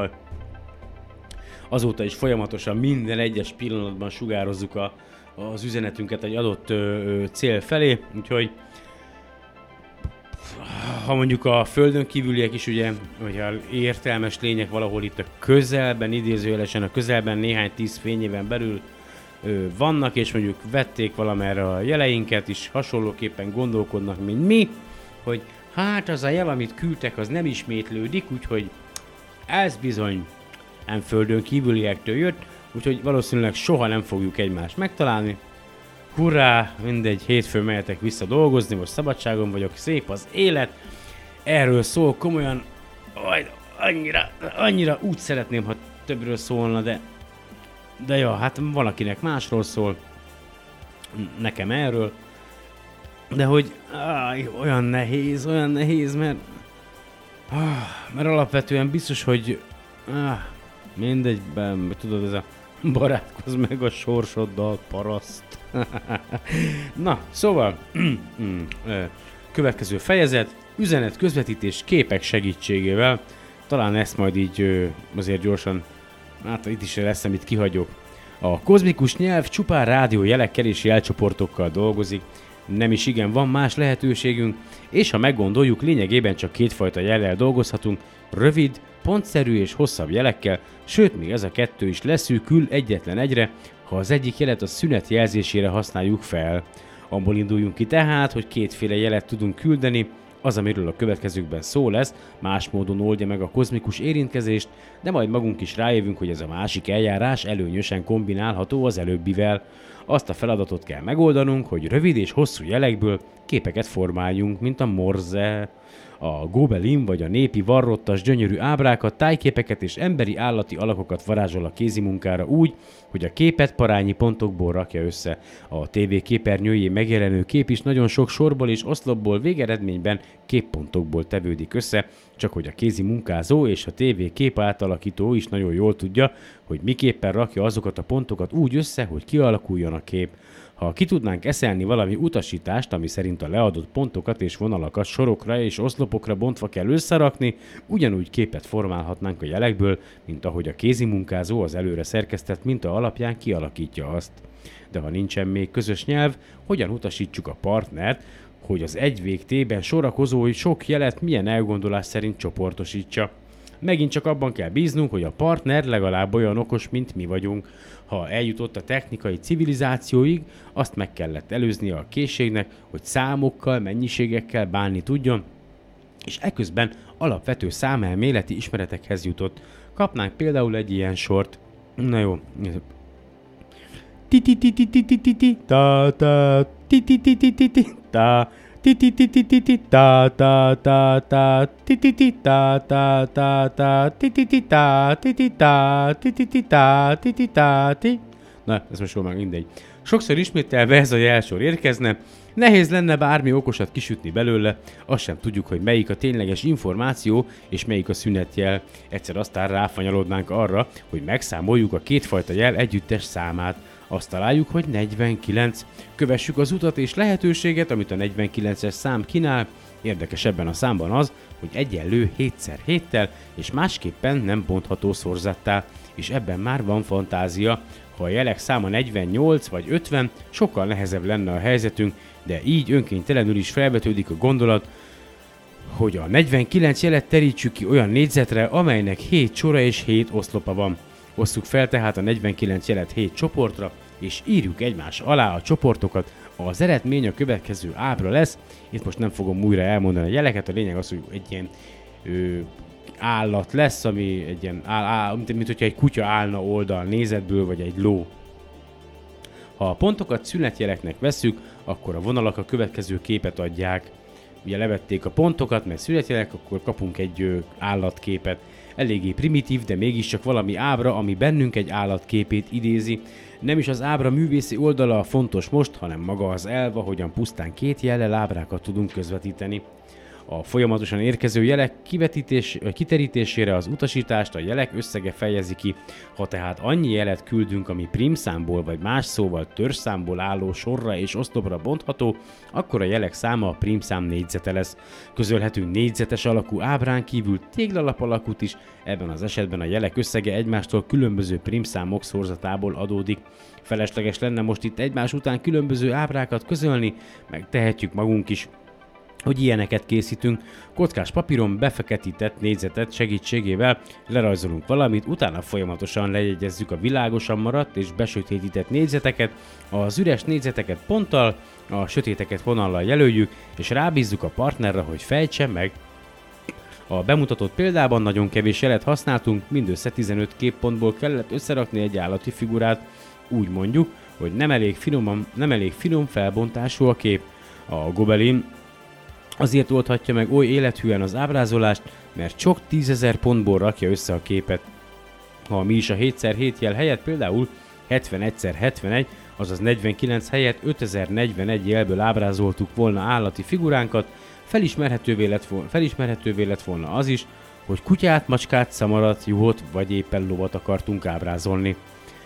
Speaker 1: azóta is folyamatosan minden egyes pillanatban sugározzuk az üzenetünket egy adott cél felé, úgyhogy ha mondjuk a földön kívüliek is ugye, hogyha értelmes lények valahol itt a közelben, idézőjelesen a közelben néhány 10 fényéven belül vannak, és mondjuk vették valamerre a jeleinket is, hasonlóképpen gondolkodnak, mint mi, hogy hát az a jel, amit küldtek, az nem ismétlődik, úgyhogy ez bizony nem földön kívüliektől jött, úgyhogy valószínűleg soha nem fogjuk egymást megtalálni. Hurrá, mindegy, hétfőn mehetek vissza dolgozni, most szabadságon vagyok, szép az élet, erről szól komolyan, annyira úgy szeretném, ha többről szólna, de ja, hát van akinek másról szól, nekem erről, de hogy olyan nehéz, mert alapvetően biztos, hogy mindegy, tudod, ez a barátkozz meg a sorsoddal, paraszt. Na, szóval, következő fejezet, üzenet közvetítés képek segítségével, talán ezt majd így azért gyorsan, hát itt is lesz, amit kihagyok. A kozmikus nyelv csupán rádiójelekkel és jelcsoportokkal dolgozik, nem is igen van más lehetőségünk, és ha meggondoljuk, lényegében csak kétfajta jellel dolgozhatunk, rövid, pontszerű és hosszabb jelekkel, sőt még ez a kettő is leszűkül egyetlen egyre, ha az egyik jelet a szünet jelzésére használjuk fel. Abból induljunk ki tehát, hogy kétféle jelet tudunk küldeni, az, amiről a következőkben szó lesz, más módon oldja meg a kozmikus érintkezést, de majd magunk is rájövünk, hogy ez a másik eljárás előnyösen kombinálható az előbbivel. Azt a feladatot kell megoldanunk, hogy rövid és hosszú jelekből képeket formáljunk, mint a Morse, a Gobelin vagy a népi varrottas gyönyörű ábrákat, tájképeket és emberi állati alakokat varázsol a kézimunkára úgy, hogy a képet parányi pontokból rakja össze. A TV képernyőjén megjelenő kép is nagyon sok sorból és oszlopból, végeredményben képpontokból tevődik össze, csak hogy a kézi munkázó és a TV kép átalakító is nagyon jól tudja, hogy miképpen rakja azokat a pontokat úgy össze, hogy kialakuljon a kép. Ha ki tudnánk eszelni valami utasítást, ami szerint a leadott pontokat és vonalakat sorokra és oszlopokra bontva kell összerakni, ugyanúgy képet formálhatnánk a jelekből, mint ahogy a kézimunkázó az előre szerkesztett minta alapján kialakítja azt. De ha nincsen még közös nyelv, hogyan utasítsuk a partnert, hogy az egy végtében sorakozó sok jelet milyen elgondolás szerint csoportosítsa? Megint csak abban kell bíznunk, hogy a partner legalább olyan okos, mint mi vagyunk. Ha eljutott a technikai civilizációig, azt meg kellett előznie a készségnek, hogy számokkal, mennyiségekkel bánni tudjon, és eközben alapvető számelméleti ismeretekhez jutott. Kapnánk például egy ilyen sort. Na jó. Na, ez most jól meg mindegy. Sokszor ismételve ez a jelsor érkezne, nehéz lenne bármi okosat kisütni belőle, azt sem tudjuk, hogy melyik a tényleges információ és melyik a szünetjel. Egyszer aztán ráfanyalodnánk arra, hogy megszámoljuk a kétfajta jel együttes számát. Azt találjuk, hogy 49. Kövessük az utat és lehetőséget, amit a 49-es szám kínál, Érdekes ebben a számban az, hogy egyenlő 7x7-tel és másképpen nem bontható szorzattá, és ebben már van fantázia. Ha a jelek száma 48 vagy 50, sokkal nehezebb lenne a helyzetünk, de így önkéntelenül is felvetődik a gondolat, hogy a 49 jelet terítsük ki olyan négyzetre, amelynek 7 sora és 7 oszlopa van. Osszuk fel tehát a 49 jelet 7 csoportra, és írjuk egymás alá a csoportokat. Az eredmény a következő ábra lesz. Itt most nem fogom újra elmondani a jeleket, a lényeg az, hogy egy ilyen állat lesz, ami egy ilyen mint hogyha egy kutya állna oldal nézetből, vagy egy ló. Ha a pontokat szünetjeleknek vesszük, akkor a vonalak a következő képet adják. Ugye levették a pontokat, mert szünetjelek, akkor kapunk egy állatképet. Eléggé primitív, de mégiscsak valami ábra, ami bennünk egy állatképét idézi. Nem is az ábra művészi oldala a fontos most, hanem maga az elv, ahogyan pusztán két jellel ábrákat tudunk közvetíteni. A folyamatosan érkező jelek kiterítésére az utasítást a jelek összege fejezi ki. Ha tehát annyi jelet küldünk, ami prímszámból vagy más szóval törzsszámból álló sorra és oszlopra bontható, akkor a jelek száma a prímszám négyzete lesz. Közölhetünk négyzetes alakú ábrán kívül téglalap alakút is, ebben az esetben a jelek összege egymástól különböző prímszámok szorzatából adódik. Felesleges lenne most itt egymás után különböző ábrákat közölni, meg tehetjük magunk is, hogy ilyeneket készítünk. Kockás papíron befeketített négyzetet segítségével lerajzolunk valamit, utána folyamatosan lejegyezzük a világosan maradt és besötétített négyzeteket, az üres négyzeteket ponttal, a sötéteket vonallal jelöljük, és rábízzuk a partnerre, hogy fejtse meg. A bemutatott példában nagyon kevés jelet használtunk, mindössze 15 képpontból kellett összerakni egy állati figurát. Úgy mondjuk, hogy nem elég finom felbontású a kép. A Gobelin azért oldhatja meg oly élethűen az ábrázolást, mert sok 10 000 pontból rakja össze a képet. Ha mi is a 7x7 jel helyett például 71x71, azaz 49 helyett 5041 jelből ábrázoltuk volna állati figuránkat, felismerhetővé lett volna az is, hogy kutyát, macskát, szamarat, juhot vagy éppen lovat akartunk ábrázolni.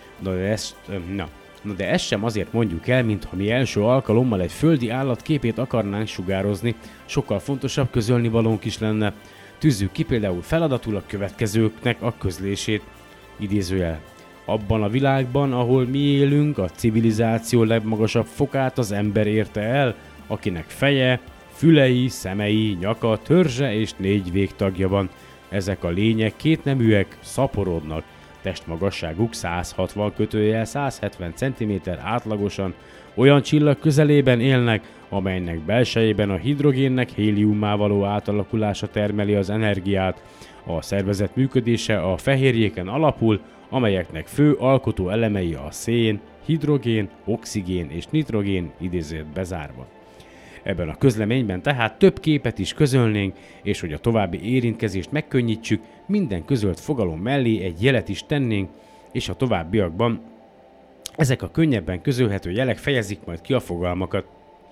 Speaker 1: De ezt sem azért mondjuk el, mintha mi első alkalommal egy földi állat képét akarnánk sugározni, sokkal fontosabb közölnivalónk is lenne. Tűzzük ki például feladatul a következőknek a közlését. Idézőjel. Abban a világban, ahol mi élünk, a civilizáció legmagasabb fokát az ember érte el, akinek feje, fülei, szemei, nyaka, törzse és 4 végtagja van. Ezek a lények kétneműek, szaporodnak. Testmagasságuk 160-170 cm átlagosan, olyan csillag közelében élnek, amelynek belsejében a hidrogénnek héliummá való átalakulása termeli az energiát. A szervezet működése a fehérjéken alapul, amelyeknek fő alkotó elemei a szén, hidrogén, oxigén és nitrogén idézőt bezárva. Ebben a közleményben tehát több képet is közölnénk, és hogy a további érintkezést megkönnyítsük, minden közölt fogalom mellé egy jelet is tennénk, és a továbbiakban ezek a könnyebben közölhető jelek fejezik majd ki a fogalmakat.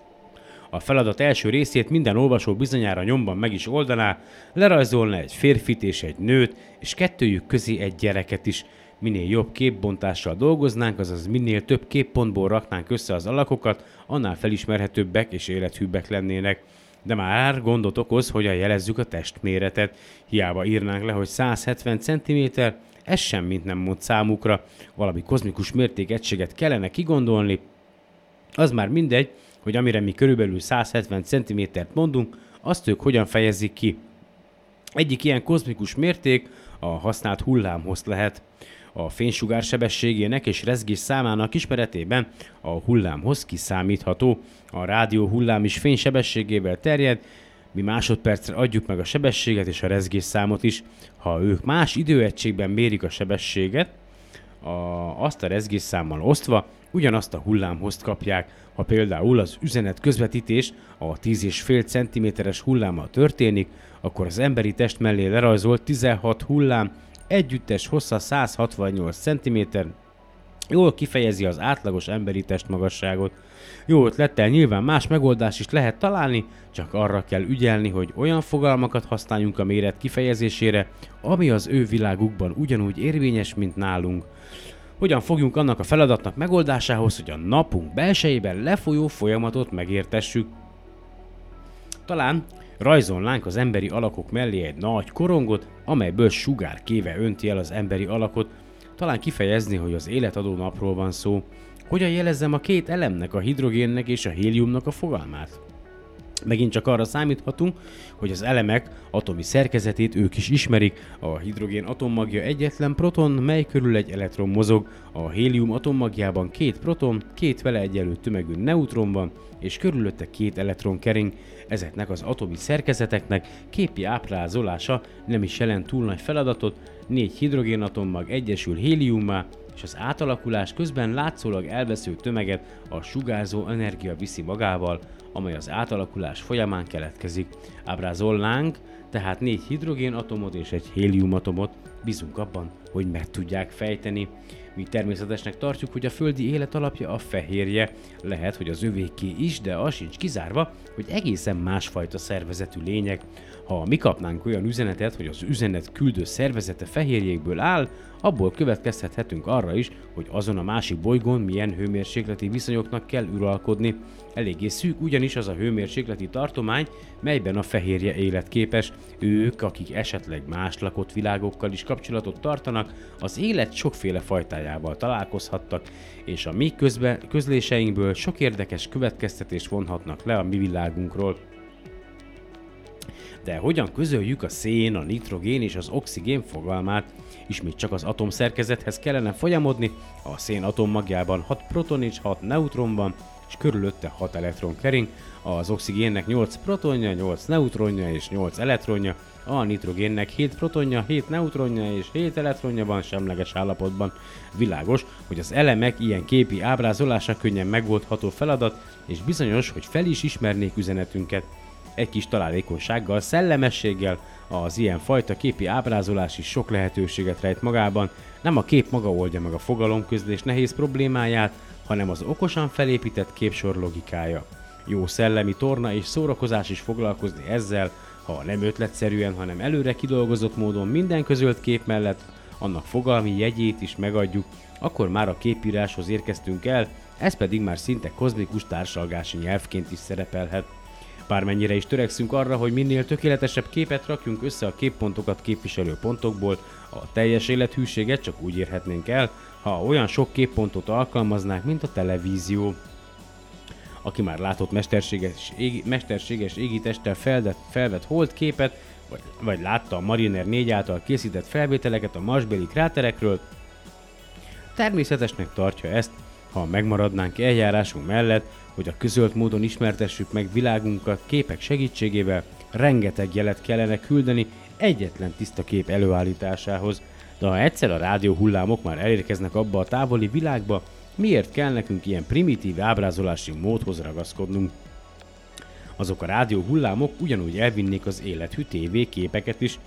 Speaker 1: A feladat első részét minden olvasó bizonyára nyomban meg is oldaná, lerajzolna egy férfit és egy nőt, és kettőjük közé egy gyereket is. Minél jobb képbontással dolgoznánk, azaz minél több képpontból raknánk össze az alakokat, annál felismerhetőbbek és élethűbbek lennének. De már gondot okoz, hogyan jelezzük a testméretet. Hiába írnánk le, hogy 170 cm, ez semmit nem mond számukra. Valami kozmikus mértékegységet kellene kigondolni. Az már mindegy, hogy amire mi körülbelül 170 cm-t mondunk, azt ők hogyan fejezik ki. Egyik ilyen kozmikus mérték a használt hullámhossz lehet. A fénysugár sebességének és rezgés számának ismeretében a hullámhossz kiszámítható. A rádió hullám is fénysebességével terjed, mi másodpercre adjuk meg a sebességet és a rezgés számot is. Ha ők más időegységben mérik a sebességet, azt a rezgés számmal osztva ugyanazt a hullámhoszt kapják. Ha például az üzenet közvetítés a 10,5 cm-es hullámmal történik, akkor az emberi test mellé lerajzolt 16 hullám együttes hossza 168 cm, jól kifejezi az átlagos emberi testmagasságot. Jó ötlettel nyilván más megoldást is lehet találni, csak arra kell ügyelni, hogy olyan fogalmakat használjunk a méret kifejezésére, ami az ő világukban ugyanúgy érvényes, mint nálunk. Hogyan fogjunk annak a feladatnak megoldásához, hogy a napunk belsejében lefolyó folyamatot megértessük? Talán rajzolnánk az emberi alakok mellé egy nagy korongot, amelyből sugár kéve önti el az emberi alakot, talán kifejezni, hogy az életadó napról van szó. Hogyan jelezzem a két elemnek, a hidrogénnek és a héliumnak a fogalmát? Megint csak arra számíthatunk, hogy az elemek atomi szerkezetét ők is ismerik. A hidrogén atommagja egyetlen proton, mely körül egy elektron mozog. A hélium atommagjában 2 proton, 2 vele egyenlő tömegű neutron van, és körülötte 2 elektron kering. Ezeknek az atomi szerkezeteknek képi ábrázolása nem is jelent túl nagy feladatot. 4 hidrogénatommag egyesül héliummá, és az átalakulás közben látszólag elvesző tömeget a sugárzó energia viszi magával, amely az átalakulás folyamán keletkezik. Ábrázolnánk tehát 4 hidrogénatomot és egy héliumatomot, bízunk abban, hogy meg tudják fejteni. Mi természetesnek tartjuk, hogy a földi élet alapja a fehérje, lehet, hogy az övéké is, de az sincs kizárva, hogy egészen másfajta szervezetű lények. Ha mi kapnánk olyan üzenetet, hogy az üzenet küldő szervezete fehérjékből áll, abból következtethetünk arra is, hogy azon a másik bolygón milyen hőmérsékleti viszonyoknak kell uralkodni. Eléggé szűk ugyanis az a hőmérsékleti tartomány, melyben a fehérje életképes. Ők, akik esetleg más lakott világokkal is kapcsolatot tartanak, az élet sokféle fajtájával találkozhattak, és a mi közléseinkből sok érdekes következtetést vonhatnak le a mi világunkról. De hogyan közöljük a szén, a nitrogén és az oxigén fogalmát? Ismét csak az atomszerkezethez kellene folyamodni, a szén atommagjában 6 proton és 6 neutron van, és körülötte 6 elektron kering, az oxigénnek 8 protonja, 8 neutronja és 8 elektronja, a nitrogénnek 7 protonja, 7 neutronja és 7 elektronja van semleges állapotban. Világos, hogy az elemek ilyen képi ábrázolása könnyen megoldható feladat, és bizonyos, hogy fel is ismernék üzenetünket. Egy kis találékonysággal, szellemességgel az ilyen fajta képi ábrázolás is sok lehetőséget rejt magában. Nem a kép maga oldja meg a fogalomközlés nehéz problémáját, hanem az okosan felépített képsor logikája. Jó szellemi torna és szórakozás is foglalkozni ezzel, ha nem ötletszerűen, hanem előre kidolgozott módon minden közölt kép mellett annak fogalmi jegyét is megadjuk, akkor már a képíráshoz érkeztünk el, ez pedig már szinte kozmikus társalgási nyelvként is szerepelhet. Bármennyire is törekszünk arra, hogy minél tökéletesebb képet rakjunk össze a képpontokat képviselő pontokból, a teljes élethűséget csak úgy érhetnénk el, ha olyan sok képpontot alkalmaznánk, mint a televízió. Aki már látott mesterséges égitesttel felvett holdképet, vagy látta a Mariner 4 által készített felvételeket a marsbéli kráterekről, természetesnek tartja ezt, ha megmaradnánk eljárásunk mellett, hogy a közölt módon ismertessük meg világunkat képek segítségével, rengeteg jelet kellene küldeni egyetlen tiszta kép előállításához. De ha egyszer a rádióhullámok már elérkeznek abba a távoli világba, miért kell nekünk ilyen primitív ábrázolási módhoz ragaszkodnunk? Azok a rádióhullámok ugyanúgy elvinnék az élethű TV képeket is.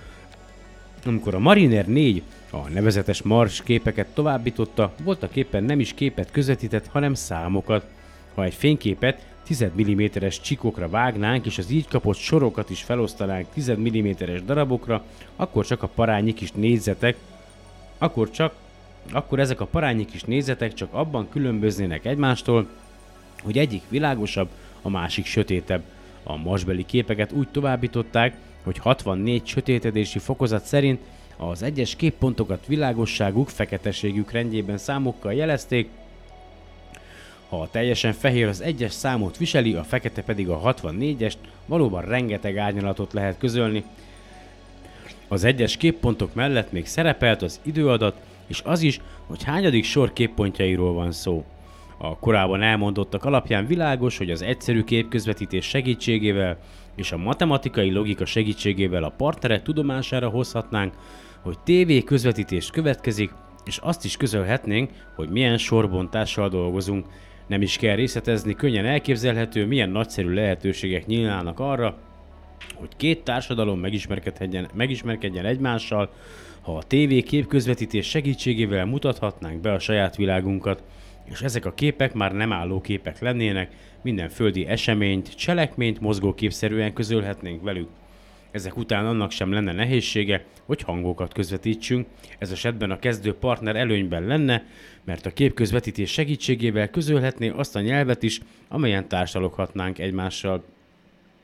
Speaker 1: Amikor a Mariner 4 a nevezetes Mars képeket továbbította, voltak éppen nem is képet közvetített, hanem számokat. Ha egy fényképet 10 mm-es csikokra vágnánk, és az így kapott sorokat is felosztanánk 10 mm-es darabokra, akkor csak a parányi kis négyzetek, akkor ezek a parányi kis négyzetek csak abban különböznének egymástól, hogy egyik világosabb, a másik sötétebb. A marsbeli képeket úgy továbbították, hogy 64 sötétedési fokozat szerint az egyes képpontokat világosságuk, feketeségük rendjében számokkal jelezték. Ha teljesen fehér az egyes számot viseli, a fekete pedig a 64-est, valóban rengeteg árnyalatot lehet közölni. Az egyes képpontok mellett még szerepelt az időadat, és az is, hogy hányadik sor képpontjairól van szó. A korábban elmondottak alapján világos, hogy az egyszerű képközvetítés segítségével és a matematikai logika segítségével a partnerek tudomására hozhatnánk, hogy TV közvetítés következik, és azt is közölhetnénk, hogy milyen sorbontással dolgozunk. Nem is kell részletezni, könnyen elképzelhető, milyen nagyszerű lehetőségek nyílnának arra, hogy két társadalom megismerkedjen egymással, ha a TV képközvetítés segítségével mutathatnánk be a saját világunkat, és ezek a képek már nem álló képek lennének, minden földi eseményt, cselekményt mozgóképszerűen közölhetnénk velük. Ezek után annak sem lenne nehézsége, hogy hangokat közvetítsünk, ez esetben a kezdő partner előnyben lenne, mert a képközvetítés segítségével közölhetné azt a nyelvet is, amelyen társaloghatnánk egymással.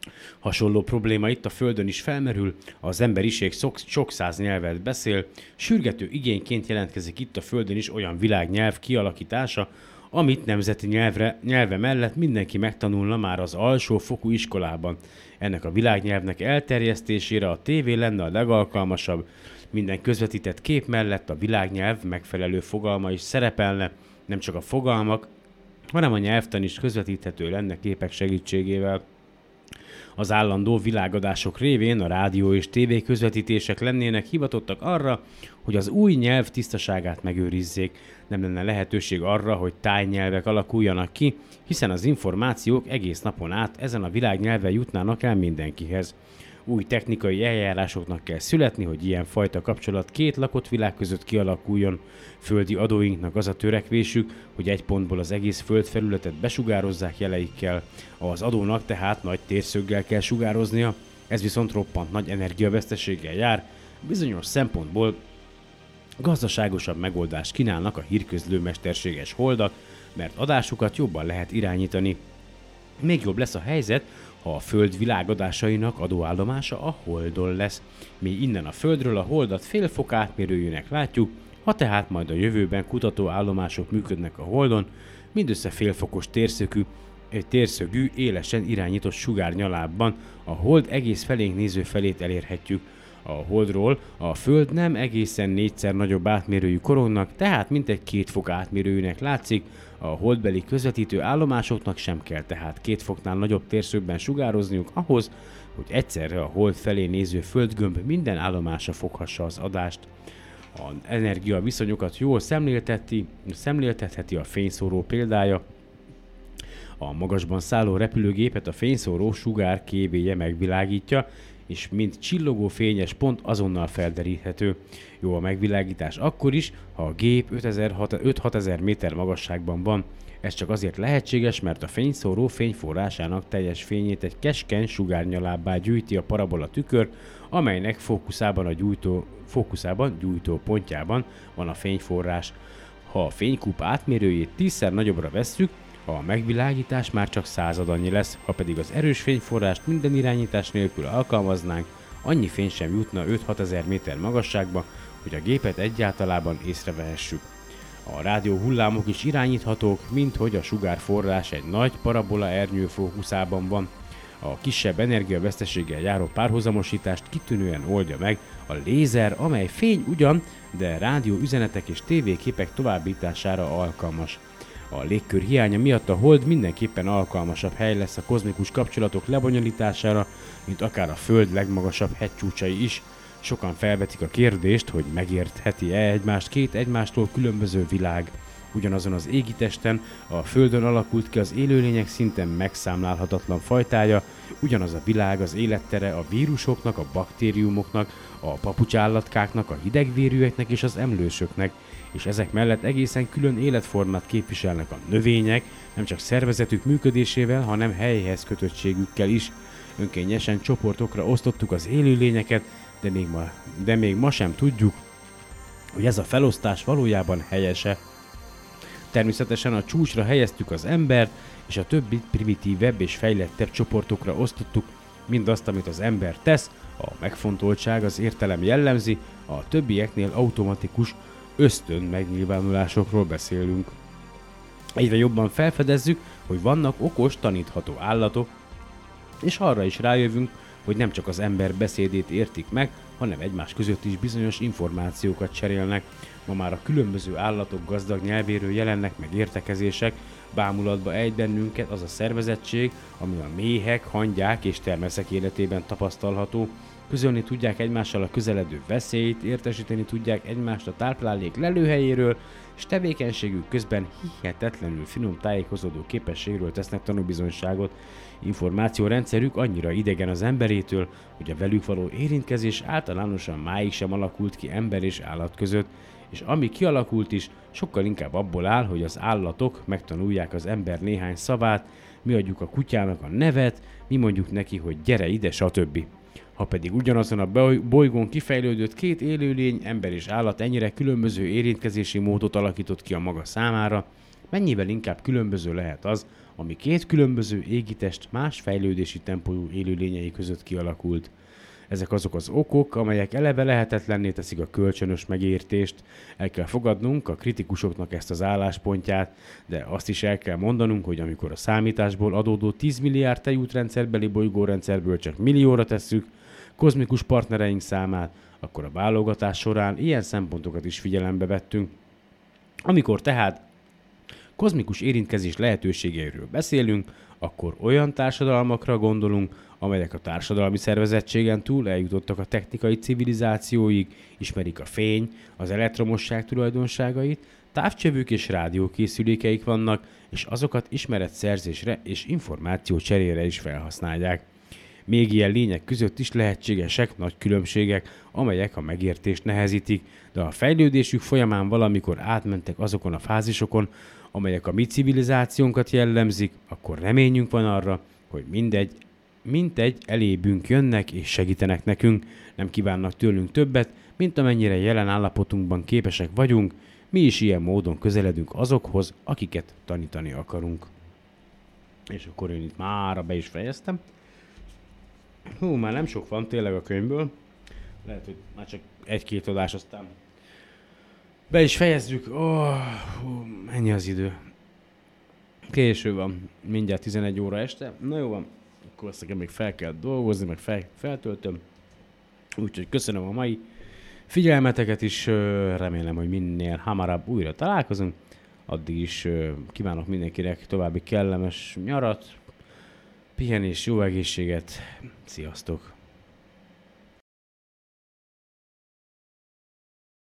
Speaker 1: Hasonló probléma itt a Földön is felmerül, az emberiség sok száz nyelvet beszél, sürgető igényként jelentkezik itt a Földön is olyan világnyelv kialakítása, amit nemzeti nyelve mellett mindenki megtanulna már az alsófokú iskolában. Ennek a világnyelvnek elterjesztésére a tévé lenne a legalkalmasabb, minden közvetített kép mellett a világnyelv megfelelő fogalma is szerepelne, nem csak a fogalmak, hanem a nyelvtan is közvetíthető lenne képek segítségével. Az állandó világadások révén a rádió és tévé közvetítések lennének hivatottak arra, hogy az új nyelv tisztaságát megőrizzék. Nem lenne lehetőség arra, hogy tájnyelvek alakuljanak ki, hiszen az információk egész napon át ezen a világnyelven jutnának el mindenkihez. Új technikai eljárásoknak kell születni, hogy ilyen fajta kapcsolat két lakott világ között kialakuljon. Földi adóinknak az a törekvésük, hogy egy pontból az egész földfelületet besugározzák jeleikkel. Az adónak tehát nagy térszöggel kell sugároznia, ez viszont roppant nagy energiaveszteséggel jár. Bizonyos szempontból gazdaságosabb megoldást kínálnak a hírközlő mesterséges holdak, mert adásukat jobban lehet irányítani. Még jobb lesz a helyzet, ha a Föld világadásainak adóállomása a Holdon lesz. Mi innen a Földről a Holdat fél fok átmérőjének látjuk, ha tehát majd a jövőben kutatóállomások működnek a Holdon, mindössze félfokos térszögű, élesen irányított sugárnyalábban a Hold egész felénk néző felét elérhetjük. A Holdról a Föld nem egészen 4-szer nagyobb átmérőjű korongnak, tehát mintegy 2 fok átmérőjűnek látszik, a holdbeli közvetítő állomásoknak sem kell tehát 2 foknál nagyobb térszögben sugározniuk ahhoz, hogy egyszerre a Hold felé néző földgömb minden állomása foghassa az adást. Az energia viszonyokat jól szemléltetheti a fényszóró példája. A magasban szálló repülőgépet a fényszóró sugár kévéje megvilágítja, és mint csillogó fényes pont azonnal felderíthető. Jó a megvilágítás akkor is, ha a gép 5-6000 méter magasságban van. Ez csak azért lehetséges, mert a fényszóró fényforrásának teljes fényét egy keskeny sugárnyalábbá gyűjti a parabola tükör, amelynek fókuszában gyújtó pontjában van a fényforrás. Ha a fénykúp átmérőjét 10-szer nagyobbra vesszük, a megvilágítás már csak századannyi lesz, ha pedig az erős fényforrást minden irányítás nélkül alkalmaznánk, annyi fény sem jutna 5-6 ezer méter magasságba, hogy a gépet egyáltalában észrevehessük. A rádió hullámok is irányíthatók, mint hogy a sugárforrás egy nagy parabola ernyő fókuszában van. A kisebb energiaveszteséggel járó párhuzamosítást kitűnően oldja meg a lézer, amely fény ugyan, de rádió üzenetek és tévéképek továbbítására alkalmas. A légkör hiánya miatt a Hold mindenképpen alkalmasabb hely lesz a kozmikus kapcsolatok lebonyolítására, mint akár a Föld legmagasabb hegycsúcsai is. Sokan felvetik a kérdést, hogy megértheti-e egymást két egymástól különböző világ. Ugyanazon az égitesten a Földön alakult ki az élőlények szinten megszámlálhatatlan fajtája, ugyanaz a világ az élettere a vírusoknak, a baktériumoknak, a papucsállatkáknak, a hidegvérűeknek és az emlősöknek, és ezek mellett egészen külön életformát képviselnek a növények, nem csak szervezetük működésével, hanem helyhez kötöttségükkel is. Önkényesen csoportokra osztottuk az élőlényeket, de még ma sem tudjuk, hogy ez a felosztás valójában helyese. Természetesen a csúcsra helyeztük az embert, és a többi primitívebb és fejlettebb csoportokra osztottuk mindazt, amit az ember tesz, a megfontoltság, az értelem jellemzi, a többieknél automatikus ösztön megnyilvánulásokról beszélünk. Egyre jobban felfedezzük, hogy vannak okos, tanítható állatok, és arra is rájövünk, hogy nem csak az ember beszédét értik meg, hanem egymás között is bizonyos információkat cserélnek. Ma már a különböző állatok gazdag nyelvéről jelennek meg értekezések, bámulatba ejt bennünket az a szervezettség, ami a méhek, hangyák és termeszek életében tapasztalható. Közölni tudják egymással a közeledő veszélyt, értesíteni tudják egymást a táplálék lelőhelyéről, és tevékenységük közben hihetetlenül finom tájékozódó képességről tesznek tanúbizonyságot. Információrendszerük annyira idegen az emberétől, hogy a velük való érintkezés általánosan máig sem alakult ki ember és állat között, és ami kialakult is, sokkal inkább abból áll, hogy az állatok megtanulják az ember néhány szavát, mi adjuk a kutyának a nevet, mi mondjuk neki, hogy gyere ide, stb. Ha pedig ugyanazon a bolygón kifejlődött két élőlény, ember és állat ennyire különböző érintkezési módot alakított ki a maga számára, Mennyivel inkább különböző lehet az, ami két különböző égitest más fejlődési tempójú élőlényei között kialakult. Ezek azok az okok, amelyek eleve lehetetlenné teszik a kölcsönös megértést. El kell fogadnunk a kritikusoknak ezt az álláspontját, de azt is el kell mondanunk, hogy amikor a számításból adódó 10 milliárd tejútrendszerbeli bolygórendszerből csak millióra tesszük kozmikus partnereink számát, akkor a válogatás során ilyen szempontokat is figyelembe vettünk. Amikor tehát kozmikus érintkezés lehetőségeiről beszélünk, akkor olyan társadalmakra gondolunk, amelyek a társadalmi szervezettségen túl eljutottak a technikai civilizációig, ismerik a fény, az elektromosság tulajdonságait, távcsövük és rádiókészülékeik vannak, és azokat ismeretszerzésre és információ cserére is felhasználják. Még ilyen lények között is lehetségesek nagy különbségek, amelyek a megértést nehezítik, de a fejlődésük folyamán valamikor átmentek azokon a fázisokon, amelyek a mi civilizációnkat jellemzik, akkor reményünk van arra, hogy mintegy elébünk jönnek és segítenek nekünk, nem kívánnak tőlünk többet, mint amennyire jelen állapotunkban képesek vagyunk, mi is ilyen módon közeledünk azokhoz, akiket tanítani akarunk. És akkor én itt mára be is fejeztem. Már nem sok van tényleg a könyvből. Lehet, hogy már csak egy-két adás, aztán be is fejezzük. Ennyi az idő. Késő van. Mindjárt 11 óra este. Na jó van. Akkor azt nekem még fel kell dolgozni, meg feltöltöm. Úgyhogy köszönöm a mai figyelmeteket is. Remélem, hogy minél hamarabb újra találkozunk. Addig is kívánok mindenkinek további kellemes nyarat, pihenés, jó egészséget. Sziasztok!